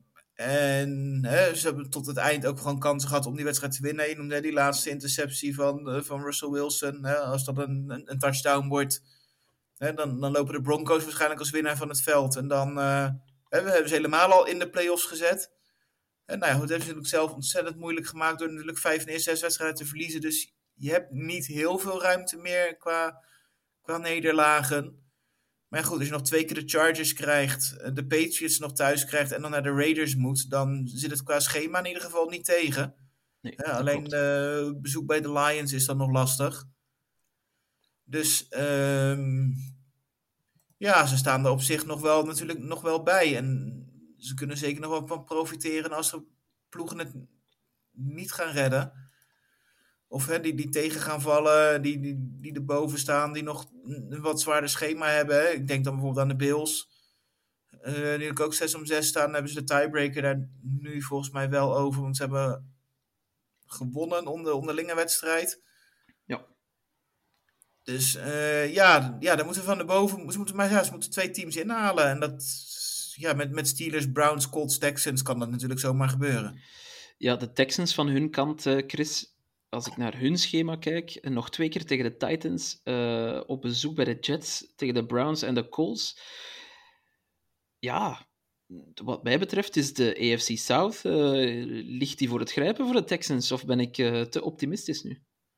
en hè, ze hebben tot het eind ook gewoon kansen gehad om die wedstrijd te winnen. Je noemde die laatste interceptie van, uh, van Russell Wilson. Hè. Als dat een, een, een touchdown wordt, hè, dan, dan lopen de Broncos waarschijnlijk als winnaar van het veld. En dan uh, hè, we hebben ze helemaal al in de playoffs gezet. En nou ja, goed, dat hebben ze natuurlijk zelf ontzettend moeilijk gemaakt door natuurlijk vijf en eerst zes wedstrijden te verliezen. Dus je hebt niet heel veel ruimte meer qua, qua nederlagen. Maar ja, goed, als je nog twee keer de Chargers krijgt, de Patriots nog thuis krijgt en dan naar de Raiders moet, dan zit het qua schema in ieder geval niet tegen. Nee, ja, alleen uh, bezoek bij de Lions is dan nog lastig. Dus um, ja, ze staan er op zich nog wel natuurlijk nog wel bij. En ze kunnen zeker nog wel van profiteren als er ploegen het niet gaan redden. Of hè, die, die tegen gaan vallen, die, die, die erboven staan, die nog een wat zwaarder schema hebben. Hè. Ik denk dan bijvoorbeeld aan de Bills. Uh, die ook zes om zes staan, hebben ze de tiebreaker daar nu volgens mij wel over. Want ze hebben gewonnen onder de onderlinge wedstrijd. Ja. Dus uh, ja, ja, daar moeten we van de boven, ze moeten, maar ja, ze moeten twee teams inhalen. En dat ja, met, met Steelers, Browns, Colts, Texans kan dat natuurlijk zomaar gebeuren. Ja, de Texans van hun kant, uh, Chris, als ik naar hun schema kijk, nog twee keer tegen de Titans, uh, op bezoek bij de Jets, tegen de Browns en de Colts. Ja, wat mij betreft is de A F C South, uh, ligt die voor het grijpen voor de Texans, of ben ik uh, te optimistisch nu?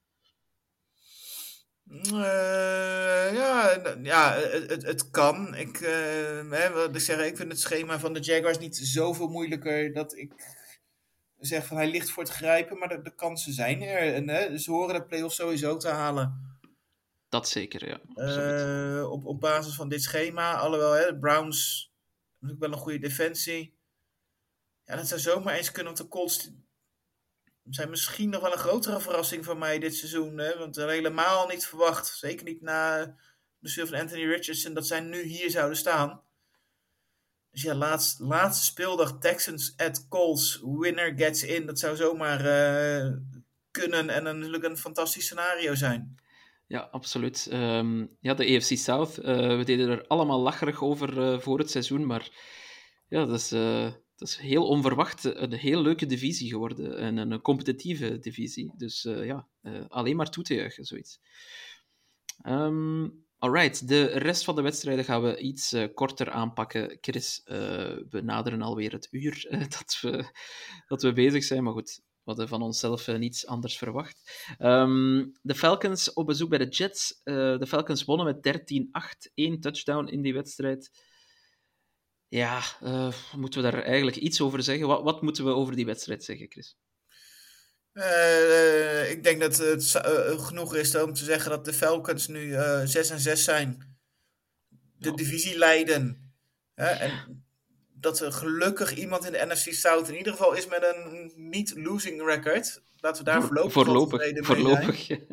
Uh, ja, ja het, het, het kan. Ik, uh, hè, wat ik zeg, ik vind het schema van de Jaguars niet zoveel moeilijker dat ik zeg van hij ligt voor het grijpen, maar de, de kansen zijn er. En hè, ze horen de play-offs sowieso te halen. Dat zeker, ja. Uh, op, op basis van dit schema, alhoewel hè, de Browns natuurlijk wel een goede defensie. Ja, dat zou zomaar eens kunnen, want de Colts zijn misschien nog wel een grotere verrassing van mij dit seizoen. Hè? Want er helemaal niet verwacht. Zeker niet na de blessure van Anthony Richardson. Dat zij nu hier zouden staan. Dus ja, laatst, laatste speeldag Texans at Colts. Winner gets in. Dat zou zomaar uh, kunnen. En een, natuurlijk een fantastisch scenario zijn. Ja, absoluut. Um, ja, de A F C South. Uh, we deden er allemaal lacherig over uh, voor het seizoen. Maar ja, dat is... Uh... Dat is heel onverwacht een heel leuke divisie geworden. En een competitieve divisie. Dus uh, ja, uh, alleen maar toe te juichen, zoiets. Um, alright, de rest van de wedstrijden gaan we iets uh, korter aanpakken. Chris, uh, we naderen alweer het uur uh, dat, we, dat we bezig zijn. Maar goed, we hadden van onszelf uh, niets anders verwacht. Um, de Falcons op bezoek bij de Jets. Uh, de Falcons wonnen met dertien acht. Eén touchdown in die wedstrijd. Ja, uh, moeten we daar eigenlijk iets over zeggen? Wat, wat moeten we over die wedstrijd zeggen, Chris? Uh, ik denk dat het uh, genoeg is om te zeggen dat de Falcons nu uh, zes en zes zijn. De oh. divisie leiden. Hè? En dat er gelukkig iemand in de N F C South in ieder geval is met een niet-losing record. Laten we daar voorlopig Voorlopig, voorlopig. Ja.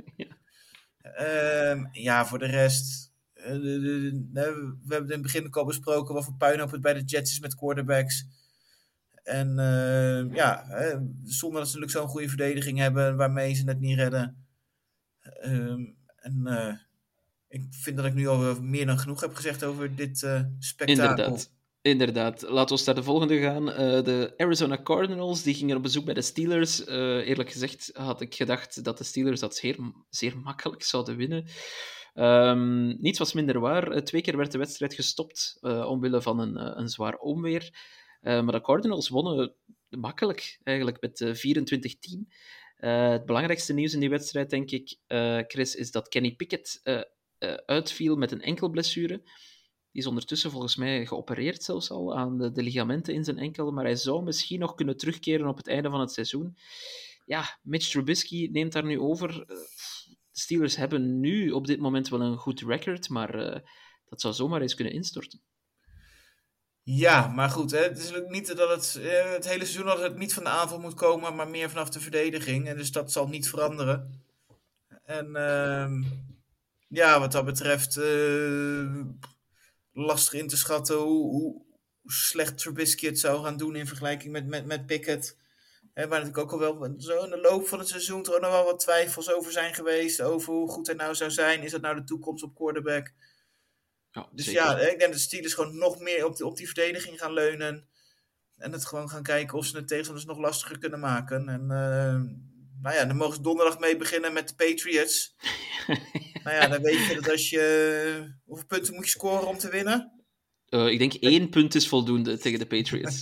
Uh, ja, voor de rest... Uh, de, de, de, we hebben in het begin ook al besproken wat voor puinhoop het bij de Jets is met quarterbacks. En uh, ja, uh, zonder dat ze natuurlijk zo'n goede verdediging hebben waarmee ze het niet redden. Uh, en uh, ik vind dat ik nu al meer dan genoeg heb gezegd over dit uh, spektakel. Inderdaad. Inderdaad. Laten we naar de volgende gaan. Uh, de Arizona Cardinals die gingen op bezoek bij de Steelers. Uh, eerlijk gezegd had ik gedacht dat de Steelers dat zeer, zeer makkelijk zouden winnen. Um, niets was minder waar. Uh, twee keer werd de wedstrijd gestopt uh, omwille van een, uh, een zwaar onweer. Uh, maar de Cardinals wonnen makkelijk, eigenlijk met uh, vierentwintig tien. Uh, het belangrijkste nieuws in die wedstrijd, denk ik, uh, Chris, is dat Kenny Pickett uh, uh, uitviel met een enkelblessure. Die is ondertussen volgens mij geopereerd zelfs al aan de, de ligamenten in zijn enkel, maar hij zou misschien nog kunnen terugkeren op het einde van het seizoen. Ja, Mitch Trubisky neemt daar nu over. Uh, de Steelers hebben nu op dit moment wel een goed record, maar uh, dat zou zomaar eens kunnen instorten. Ja, maar goed, hè, het is niet dat het, uh, het hele seizoen dat het niet van de aanval moet komen, maar meer vanaf de verdediging. En dus dat zal niet veranderen. En uh, ja, wat dat betreft... Uh, lastig in te schatten hoe, hoe slecht Trubisky het zou gaan doen in vergelijking met, met, met Pickett. He, waar natuurlijk ook al wel zo in de loop van het seizoen er nog wel wat twijfels over zijn geweest. Over hoe goed hij nou zou zijn. Is dat nou de toekomst op quarterback? Ja, dus zeker. Ja, ik denk dat de Steelers gewoon nog meer op, die, op die verdediging gaan leunen. En het gewoon gaan kijken of ze het tegenstanders nog lastiger kunnen maken. En uh, nou ja, dan mogen ze donderdag mee beginnen met de Patriots. Nou ja, dan weet je dat als je... Hoeveel punten moet je scoren om te winnen? Uh, ik denk één punt is voldoende tegen de Patriots.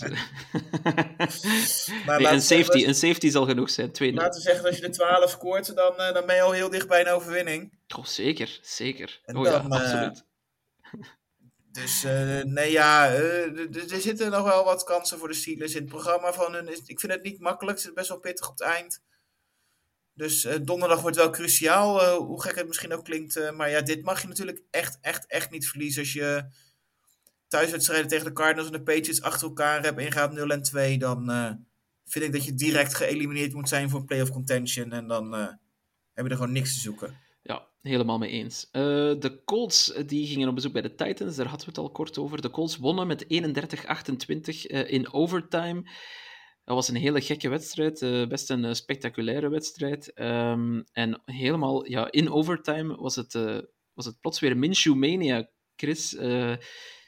maar nee, een, safety, je, een safety zal genoeg zijn. Twee laten we zeggen dat als je de twaalf scoort, dan, uh, dan ben je al heel dicht bij een overwinning. Oh, zeker. Zeker. En oh dan, ja, absoluut. Uh, dus uh, nee ja, uh, er zitten nog wel wat kansen voor de Steelers in het programma van hun. Ik vind het niet makkelijk, het zit best wel pittig op het eind. Dus uh, donderdag wordt wel cruciaal, uh, hoe gek het misschien ook klinkt. Uh, maar ja, dit mag je natuurlijk echt, echt, echt niet verliezen. Als je thuiswedstrijden tegen de Cardinals en de Patriots achter elkaar hebt en je gaat nul en twee, dan uh, vind ik dat je direct geëlimineerd moet zijn voor een playoff contention. En dan uh, heb je er gewoon niks te zoeken. Ja, helemaal mee eens. Uh, de Colts die gingen op bezoek bij de Titans, daar hadden we het al kort over. De Colts wonnen met eenendertig achtentwintig uh, in overtime. Dat was een hele gekke wedstrijd, uh, best een uh, spectaculaire wedstrijd. Um, en helemaal ja, in overtime was het, uh, was het plots weer Minshew Mania, Chris. Uh,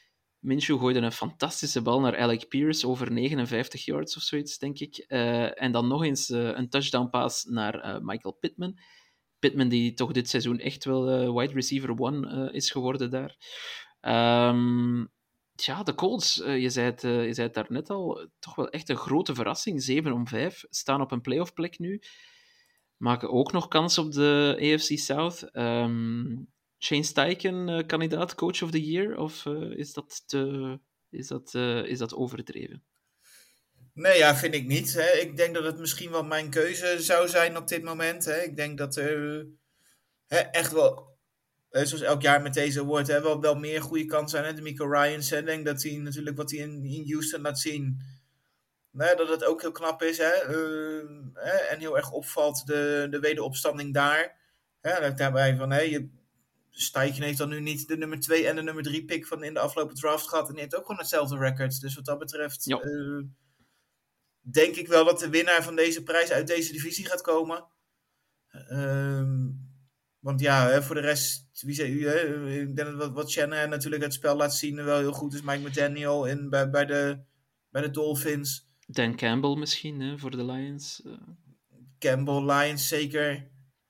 Minshew gooide een fantastische bal naar Alec Pierce over negenenvijftig yards of zoiets, denk ik. Uh, en dan nog eens uh, een touchdown pass naar uh, Michael Pittman. Pittman die toch dit seizoen echt wel uh, wide receiver one uh, is geworden daar. Um, ja, de Colts, uh, je, zei het, uh, je zei het daarnet al, toch wel echt een grote verrassing. zeven om vijf, staan op een playoff plek nu. Maken ook nog kans op de A F C South. Um, Shane Steichen, uh, kandidaat Coach of the Year? Of uh, is, dat te, is, dat, uh, is dat overdreven? Nee, ja, vind ik niet. Hè. Ik denk dat het misschien wel mijn keuze zou zijn op dit moment. Hè. Ik denk dat er uh, hè, echt wel, hè, zoals elk jaar met deze award, hè, wel, wel meer goede kansen zijn. Hè. De D'Amico Ryans, hè. Ik denk dat hij natuurlijk wat hij in, in Houston laat zien, hè, dat het ook heel knap is. Hè. Uh, hè, en heel erg opvalt de, de wederopstanding daar. Hè, dat daarbij van, hè, je... Steichen heeft dan nu niet de nummer twee en de nummer drie pick van in de afgelopen draft gehad. En die heeft ook gewoon hetzelfde record. Dus wat dat betreft ja. uh, denk ik wel dat de winnaar van deze prijs uit deze divisie gaat komen. Uh, want ja, hè, voor de rest, wie zei u, hè? Ik denk dat wat, wat Shanahan natuurlijk het spel laat zien wel heel goed is. Mike McDaniel in, bij, bij, de, bij de Dolphins. Dan Campbell misschien, hè, voor de Lions. Uh... Campbell, Lions zeker.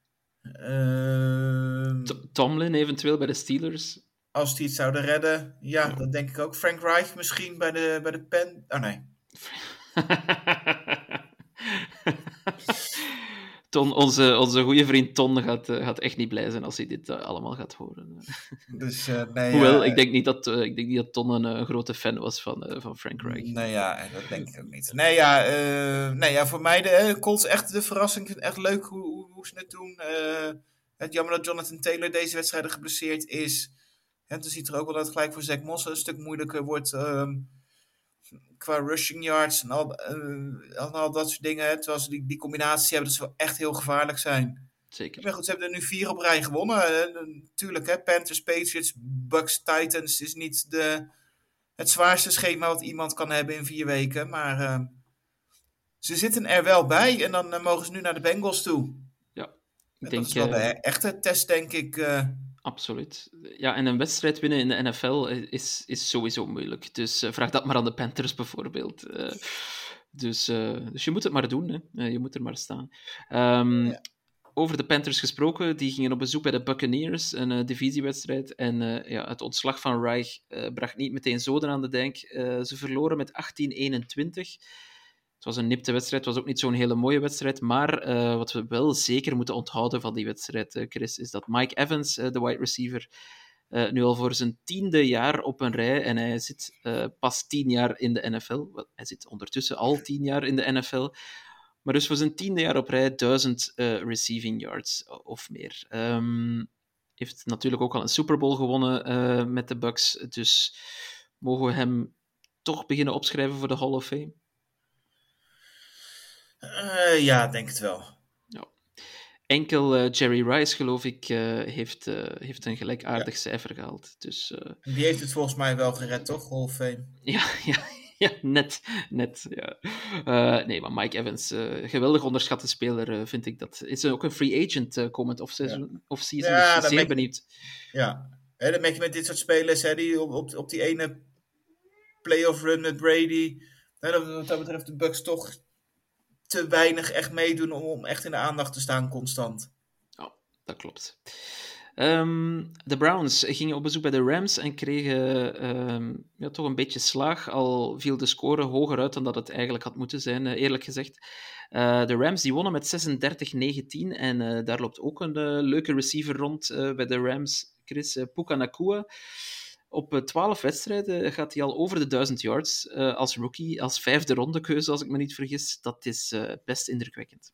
Uh, Tomlin eventueel bij de Steelers. Als die het zouden redden. Ja, ja. Dat denk ik ook. Frank Reich misschien bij de, bij de Pen. Oh nee. Ton, onze, onze goede vriend Ton gaat, uh, gaat echt niet blij zijn als hij dit uh, allemaal gaat horen. Dus, uh, nee, Hoewel, uh, ik denk niet dat, uh, ik denk niet dat Ton een uh, grote fan was van, uh, van Frank Reich. Nee, ja, dat denk ik ook niet. Nee, ja, uh, nee, ja voor mij de uh, Colts echt de verrassing. Ik vind het echt leuk hoe, hoe, hoe ze het doen. Uh, het jammer dat Jonathan Taylor deze wedstrijden geblesseerd is. En dan ziet er ook wel dat het gelijk voor Zach Moss een stuk moeilijker wordt. Um, qua rushing yards en al, uh, en al dat soort dingen. Hè, terwijl ze die, die combinatie hebben, dat ze wel echt heel gevaarlijk zijn. Zeker. Maar goed, ze hebben er nu vier op rij gewonnen. Natuurlijk, hè, Panthers, Patriots, Bucks, Titans is niet de, het zwaarste schema wat iemand kan hebben in vier weken. Maar uh, ze zitten er wel bij en dan uh, mogen ze nu naar de Bengals toe. Ja, ik en denk... Dat is wel de uh... echte test, denk ik. Uh... Absoluut. Ja, en een wedstrijd winnen in de N F L is, is sowieso moeilijk. Dus uh, vraag dat maar aan de Panthers bijvoorbeeld. Uh, dus, uh, dus je moet het maar doen, hè. Uh, je moet er maar staan. Um, ja. Over de Panthers gesproken, die gingen op bezoek bij de Buccaneers, een uh, divisiewedstrijd. En uh, ja, het ontslag van Reich uh, bracht niet meteen zoden aan de denk. Uh, ze verloren met achttien eenentwintig. Het was een nipte wedstrijd, het was ook niet zo'n hele mooie wedstrijd, maar uh, wat we wel zeker moeten onthouden van die wedstrijd, uh, Chris, is dat Mike Evans, uh, de wide receiver, uh, nu al voor zijn tiende jaar op een rij, en hij zit uh, pas tien jaar in de N F L, well, hij zit ondertussen al tien jaar in de N F L, maar dus voor zijn tiende jaar op rij duizend uh, receiving yards of meer. Um, heeft natuurlijk ook al een Super Bowl gewonnen uh, met de Bucks, dus mogen we hem toch beginnen opschrijven voor de Hall of Fame? Uh, ja, denk het wel. Ja. Enkel uh, Jerry Rice, geloof ik, uh, heeft, uh, heeft een gelijkaardig ja. cijfer gehaald. Dus, uh... Die heeft het volgens mij wel gered, toch? Hall of Fame. Ja, ja, ja net. net ja. uh, nee, maar Mike Evans, uh, geweldig onderschatte speler, uh, vind ik. Dat is ook een free agent uh, komend off-season. Ja. Off-season ja, dus zeer je, benieuwd. Ja, hè, dat merk je met dit soort spelers, hè, die op, op, op die ene playoff run met Brady. Hè, dat, wat dat betreft de Bucks toch te weinig echt meedoen om, om echt in de aandacht te staan constant. Oh, dat klopt. Um, de Browns gingen op bezoek bij de Rams en kregen um, ja, toch een beetje slaag. Al viel de score hoger uit dan dat het eigenlijk had moeten zijn, uh, eerlijk gezegd. Uh, de Rams die wonnen met zesendertig negentien en uh, daar loopt ook een uh, leuke receiver rond uh, bij de Rams, Chris uh, Puka Nacua. Op twaalf wedstrijden gaat hij al over de duizend yards uh, als rookie, als vijfde rondekeuze, als ik me niet vergis. Dat is uh, best indrukwekkend.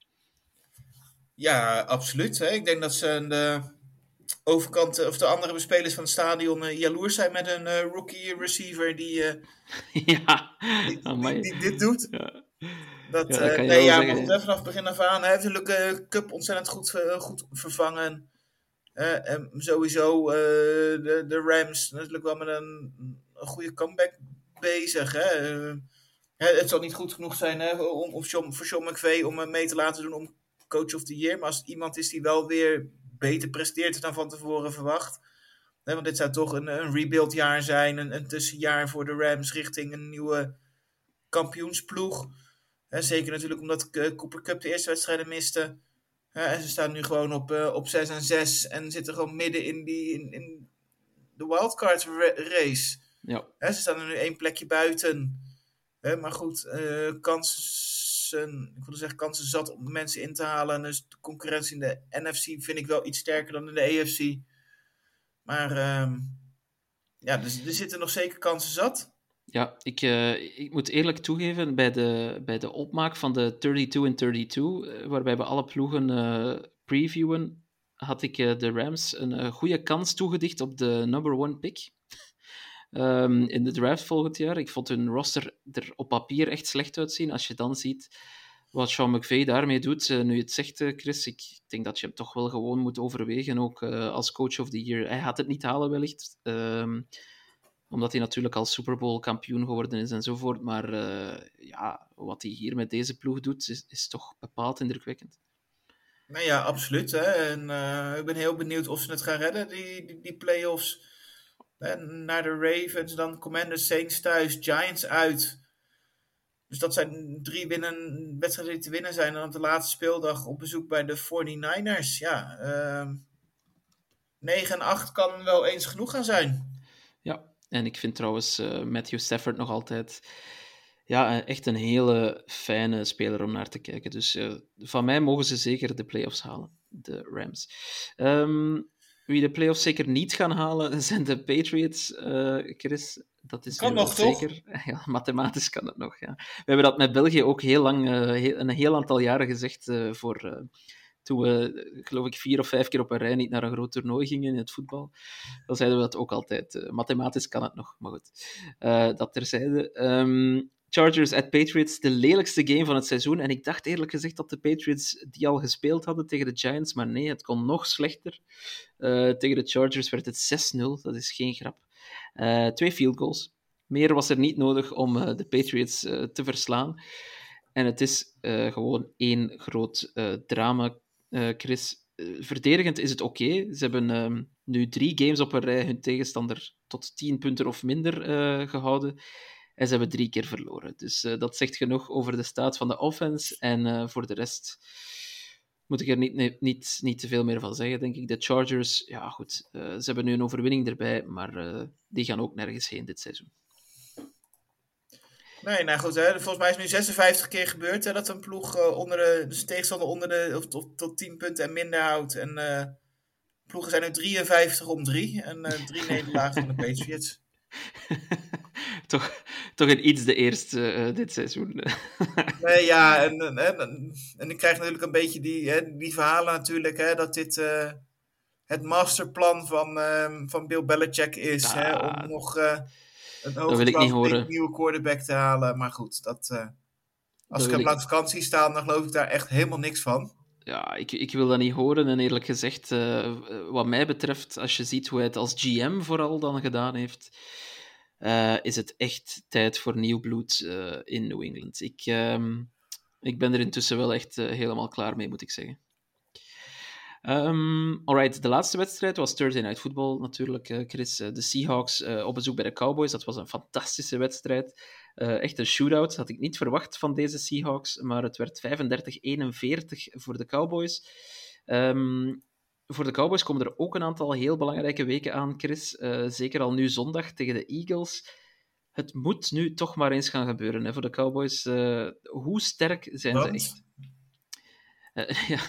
Ja, absoluut. Hè. Ik denk dat ze aan de overkant, of de andere spelers van het stadion, uh, jaloers zijn met een uh, rookie receiver die, uh, ja. die, die, die dit doet. Ja. Dat, ja, dat uh, kan je nee, wel ja, zeggen. Maar vanaf het begin af aan. Hij heeft natuurlijk uh, Cup ontzettend goed, uh, goed vervangen. Uh, en sowieso uh, de, de Rams natuurlijk wel met een, een goede comeback bezig. Hè? Uh, het zal niet goed genoeg zijn hè, om, om Sean, voor Sean McVay om uh, mee te laten doen om Coach of the Year. Maar als het iemand is die wel weer beter presteert dan van tevoren verwacht, Hè, want dit zou toch een, een rebuildjaar zijn, een, een tussenjaar voor de Rams richting een nieuwe kampioensploeg. Hè, zeker natuurlijk omdat uh, Cooper Kupp de eerste wedstrijden miste. Hè, en ze staan nu gewoon op, uh, op zes en zes en zitten gewoon midden in, die, in, in de wildcard ra- race. Ja. Hè, ze staan er nu één plekje buiten. Hè, maar goed, uh, kansen, ik wilde zeggen kansen zat om mensen in te halen. Dus de concurrentie in de N F C vind ik wel iets sterker dan in de A F C. Maar uh, ja, dus, er zitten nog zeker kansen zat. Ja, ik, uh, ik moet eerlijk toegeven, bij de, bij de opmaak van de drieëndertig en drieëndertig, uh, waarbij we alle ploegen uh, previewen, had ik uh, de Rams een uh, goede kans toegedicht op de number one pick um, in de draft volgend jaar. Ik vond hun roster er op papier echt slecht uitzien. Als je dan ziet wat Sean McVay daarmee doet, uh, nu je het zegt, uh, Chris, ik denk dat je hem toch wel gewoon moet overwegen, ook uh, als coach of the year. Hij gaat het niet halen wellicht, um, omdat hij natuurlijk al Super Bowl kampioen geworden is enzovoort. Maar uh, ja, wat hij hier met deze ploeg doet, is, is toch bepaald indrukwekkend. Nou ja, absoluut. Hè. En uh, ik ben heel benieuwd of ze het gaan redden, die, die, die play-offs. En naar de Ravens, dan Commanders, Saints thuis, Giants uit. Dus dat zijn drie winnen, wedstrijden die te winnen zijn. En dan op de laatste speeldag op bezoek bij de forty-niners. Ja, uh, negen en acht kan wel eens genoeg gaan zijn. Ja, en ik vind trouwens uh, Matthew Stafford nog altijd ja, echt een hele fijne speler om naar te kijken. Dus uh, van mij mogen ze zeker de playoffs halen, de Rams. Um, wie de playoffs zeker niet gaan halen, zijn de Patriots, uh, Chris. Dat is kan nog, zeker. Toch? Ja, mathematisch kan het nog, ja. We hebben dat met België ook heel lang, uh, heel, een heel aantal jaren gezegd, uh, voor... Uh, toen we, geloof ik, vier of vijf keer op een rij niet naar een groot toernooi gingen in het voetbal. Dan zeiden we dat ook altijd. Uh, mathematisch kan het nog, maar goed. Uh, dat terzijde. Um, Chargers at Patriots, de lelijkste game van het seizoen. En ik dacht eerlijk gezegd dat de Patriots die al gespeeld hadden tegen de Giants, maar nee, het kon nog slechter. Uh, tegen de Chargers werd het zes nul, dat is geen grap. Uh, twee field goals. Meer was er niet nodig om uh, de Patriots uh, te verslaan. En het is uh, gewoon één groot uh, drama. Uh, Chris, uh, verdedigend is het oké. Okay. Ze hebben um, nu drie games op een rij hun tegenstander tot tien punten of minder uh, gehouden. En ze hebben drie keer verloren. Dus uh, dat zegt genoeg over de staat van de offense. En uh, voor de rest moet ik er niet, niet, niet, niet te veel meer van zeggen, denk ik. De Chargers, ja goed, uh, ze hebben nu een overwinning erbij, maar uh, die gaan ook nergens heen dit seizoen. Nee, nou goed, hè. Volgens mij is het nu zesenvijftig keer gebeurd hè, dat een ploeg uh, onder de, dus tegenstander onder de, of, of, tot tien punten en minder houdt. En uh, ploegen zijn nu drieënvijftig om drie en uh, drie nederlagen van de Patriots. toch, toch een iets de eerste uh, dit seizoen. Nee, ja, en, en, en, en ik krijg natuurlijk een beetje die, hè, die verhalen natuurlijk, hè, dat dit uh, het masterplan van, uh, van Bill Belichick is, ah. hè, om nog... Uh, een dat wil ik niet horen. Een nieuwe quarterback te halen. Maar goed, dat, uh, als dat ik hem langs vakantie sta, dan geloof ik daar echt helemaal niks van. Ja, ik, ik wil dat niet horen. En eerlijk gezegd, uh, wat mij betreft, als je ziet hoe hij het als G M vooral dan gedaan heeft, uh, is het echt tijd voor nieuw bloed uh, in New England. Ik, uh, ik ben er intussen wel echt uh, helemaal klaar mee, moet ik zeggen. Um, alright, de laatste wedstrijd was Thursday Night Football natuurlijk, uh, Chris. Uh, de Seahawks uh, op bezoek bij de Cowboys. Dat was een fantastische wedstrijd. Uh, echt een shootout, had ik niet verwacht van deze Seahawks, maar het werd vijfendertig eenenveertig voor de Cowboys. Um, voor de Cowboys komen er ook een aantal heel belangrijke weken aan, Chris. Uh, zeker al nu zondag tegen de Eagles. Het moet nu toch maar eens gaan gebeuren hè, voor de Cowboys. Uh, hoe sterk zijn Want? ze echt? Uh, ja.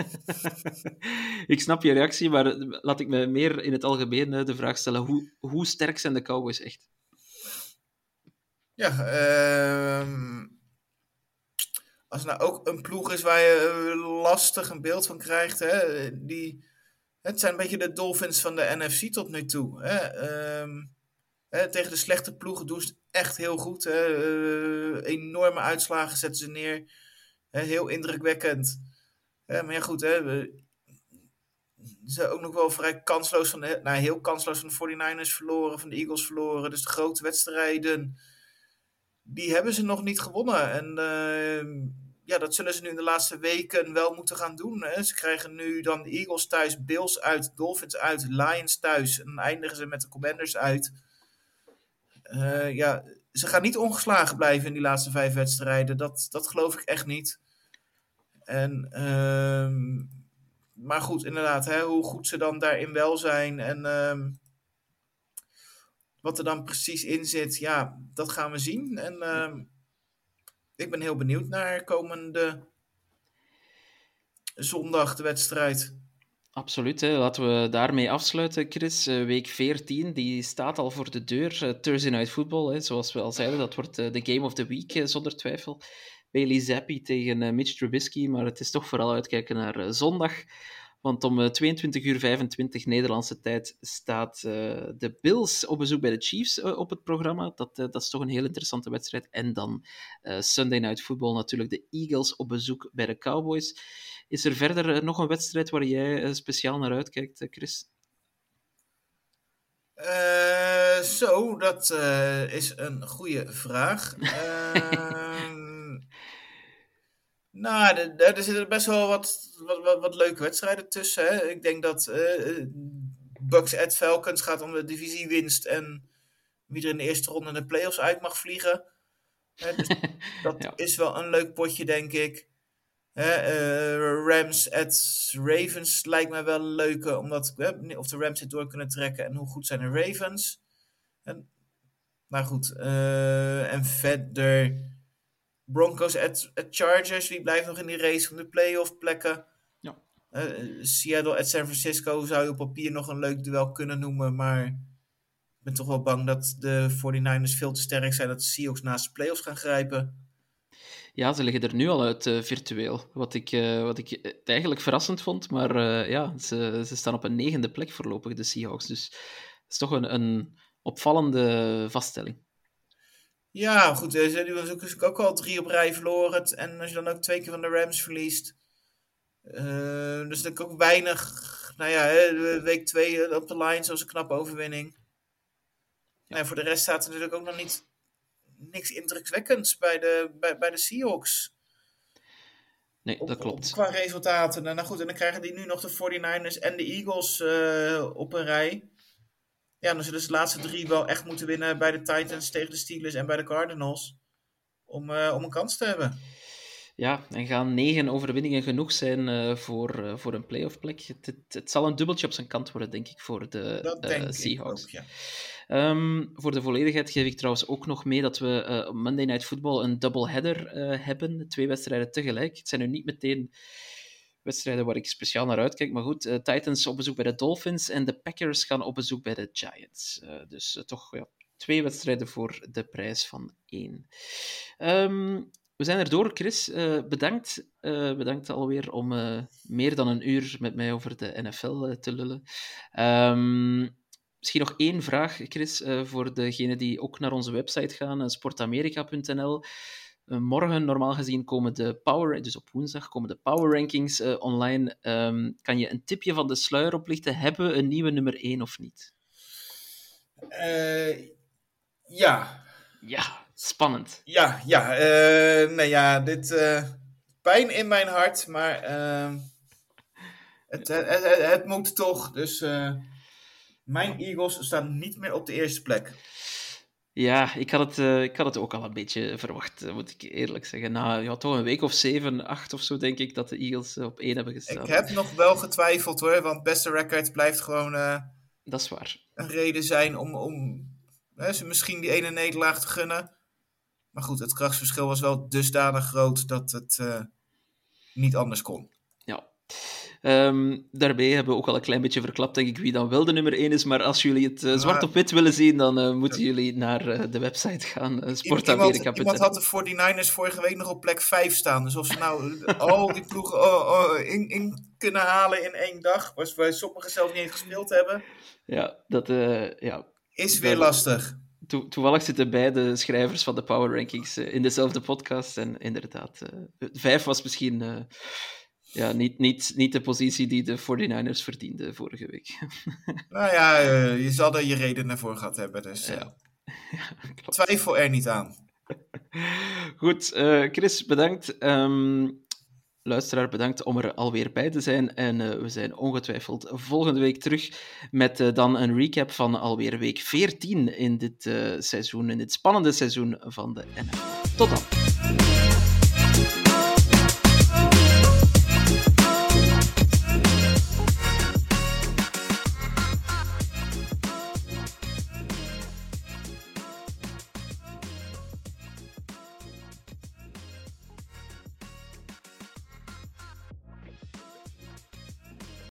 Ik snap je reactie, maar laat ik me meer in het algemeen uh, de vraag stellen. Hoe, hoe sterk zijn de Cowboys echt? Ja, uh, als er nou ook een ploeg is waar je uh, lastig een beeld van krijgt, hè, die, het zijn een beetje de Dolphins van de N F C tot nu toe. Hè. Uh, hè, tegen de slechte ploegen doen ze het echt heel goed. Hè. Uh, enorme uitslagen zetten ze neer. Hè, heel indrukwekkend. Uh, maar ja, goed, hè. We, ze zijn ook nog wel vrij kansloos van de, nou, heel kansloos van de forty-niners verloren, van de Eagles verloren. Dus de grote wedstrijden, die hebben ze nog niet gewonnen. En uh, ja, dat zullen ze nu in de laatste weken wel moeten gaan doen. Hè. Ze krijgen nu dan de Eagles thuis, Bills uit, Dolphins uit, Lions thuis. En dan eindigen ze met de Commanders uit. Uh, ja, ze gaan niet ongeslagen blijven in die laatste vijf wedstrijden. Dat, dat geloof ik echt niet. En, uh, maar goed, inderdaad, hè, hoe goed ze dan daarin wel zijn en uh, wat er dan precies in zit, ja, dat gaan we zien. En uh, ik ben heel benieuwd naar komende zondag de wedstrijd. Absoluut, hè. Laten we daarmee afsluiten, Chris. Uh, week veertien, die staat al voor de deur. Uh, Thursday Night Football, hè. Zoals we al zeiden, dat wordt uh, de game of the week, uh, zonder twijfel. Bailey Zappi tegen uh, Mitch Trubisky, maar het is toch vooral uitkijken naar uh, zondag. Want om uh, tweeëntwintig uur vijfentwintig Nederlandse tijd staat uh, de Bills op bezoek bij de Chiefs uh, op het programma. Dat, uh, dat is toch een heel interessante wedstrijd. En dan uh, Sunday Night Football natuurlijk de Eagles op bezoek bij de Cowboys. Is er verder uh, nog een wedstrijd waar jij uh, speciaal naar uitkijkt, uh, Chris? Uh, zo, dat uh, is een goede vraag. Uh, nou, de, de, er zitten best wel wat, wat, wat, wat leuke wedstrijden tussen. Hè. Ik denk dat uh, Bucks at Falcons gaat om de divisiewinst en wie er in de eerste ronde de playoffs uit mag vliegen. Hè, dus dat ja. is wel een leuk potje, denk ik. Hè, uh, Rams at Ravens lijkt mij wel een leuke, omdat uh, of de Rams het door kunnen trekken en hoe goed zijn de Ravens. En, nou goed, uh, en verder Broncos at, at Chargers, wie blijft nog in die race om de playoff plekken. Ja. Uh, Seattle at San Francisco zou je op papier nog een leuk duel kunnen noemen, maar ik ben toch wel bang dat de forty-niners veel te sterk zijn, dat de Seahawks naast de playoffs gaan grijpen. Ja, ze liggen er nu al uit uh, virtueel, wat ik, uh, wat ik eigenlijk verrassend vond, maar uh, ja, ze, ze staan op een negende plek voorlopig, de Seahawks, dus dat is toch een, een opvallende vaststelling. Ja, goed, ze hebben natuurlijk ook al drie op rij verloren, en als je dan ook twee keer van de Rams verliest, uh, dus denk ik ook weinig, nou ja, week twee op de Lions was een knappe overwinning. Ja. En voor de rest staat er natuurlijk ook nog niet niks indrukwekkends bij de, bij, bij de Seahawks. Nee, dat op, klopt. Op, qua resultaten. Nou goed, en dan krijgen die nu nog de forty-niners en de Eagles uh, op een rij. Ja, dan zullen ze de laatste drie wel echt moeten winnen bij de Titans tegen de Steelers en bij de Cardinals. Om, uh, om een kans te hebben. Ja, en gaan negen overwinningen genoeg zijn uh, voor, uh, voor een playoff plek. Het, het, het zal een dubbeltje op zijn kant worden, denk ik, voor de dat uh, denk Seahawks. Ik ook, ja. Um, voor de volledigheid geef ik trouwens ook nog mee dat we uh, op Monday Night Football een doubleheader uh, hebben. Twee wedstrijden tegelijk. Het zijn nu niet meteen wedstrijden waar ik speciaal naar uitkijk. Maar goed, uh, Titans op bezoek bij de Dolphins en de Packers gaan op bezoek bij de Giants. Uh, dus uh, toch ja, twee wedstrijden voor de prijs van één. Um, we zijn erdoor, Chris. Uh, bedankt. Uh, bedankt alweer om uh, meer dan een uur met mij over de N F L uh, te lullen. Um, Misschien nog één vraag, Chris, uh, voor degenen die ook naar onze website gaan, uh, sportamerika punt n l. Uh, morgen, normaal gezien, komen de Power, dus op woensdag, komen de Power Rankings uh, online. Um, kan je een tipje van de sluier oplichten? Hebben we een nieuwe nummer één of niet? Uh, ja. Ja, spannend. Ja, ja. Uh, nou ja, dit... Uh, pijn in mijn hart, maar... Uh, het, het, het, het moet toch, dus... Uh, Mijn Eagles staan niet meer op de eerste plek. Ja, ik had het, uh, ik had het ook al een beetje verwacht, moet ik eerlijk zeggen. Na ja, toch een week of zeven, acht of zo, denk ik, dat de Eagles op één hebben gestaan. Ik heb nog wel getwijfeld, hoor, want beste record blijft gewoon uh, dat is waar. Een reden zijn om, om hè, ze misschien die ene nederlaag te gunnen. Maar goed, het krachtsverschil was wel dusdanig groot dat het uh, niet anders kon. Ja. Um, daarbij hebben we ook al een klein beetje verklapt, denk ik, wie dan wel de nummer één is. Maar als jullie het uh, zwart op wit willen zien, dan uh, moeten jullie naar uh, de website gaan, uh, sportamerika punt n l. Iemand, iemand had de forty-niners vorige week nog op plek vijf staan. Dus of ze nou al die ploegen oh, oh, in, in kunnen halen in één dag, waar sommigen zelf niet eens gespeeld hebben. Ja, dat uh, ja, is weer dat, lastig. To- toevallig zitten beide schrijvers van de Power Rankings uh, in dezelfde podcast. En inderdaad, uh, vijf was misschien... Uh, Ja, niet, niet, niet de positie die de forty-niners verdienden vorige week. Nou ja, uh, je zal er je redenen voor gehad hebben, dus uh, ja. Ja, twijfel er niet aan. Goed, uh, Chris, bedankt. Um, luisteraar, bedankt om er alweer bij te zijn. En uh, we zijn ongetwijfeld volgende week terug met uh, dan een recap van alweer week veertien in dit uh, seizoen, in dit spannende seizoen van de N F L. Tot dan.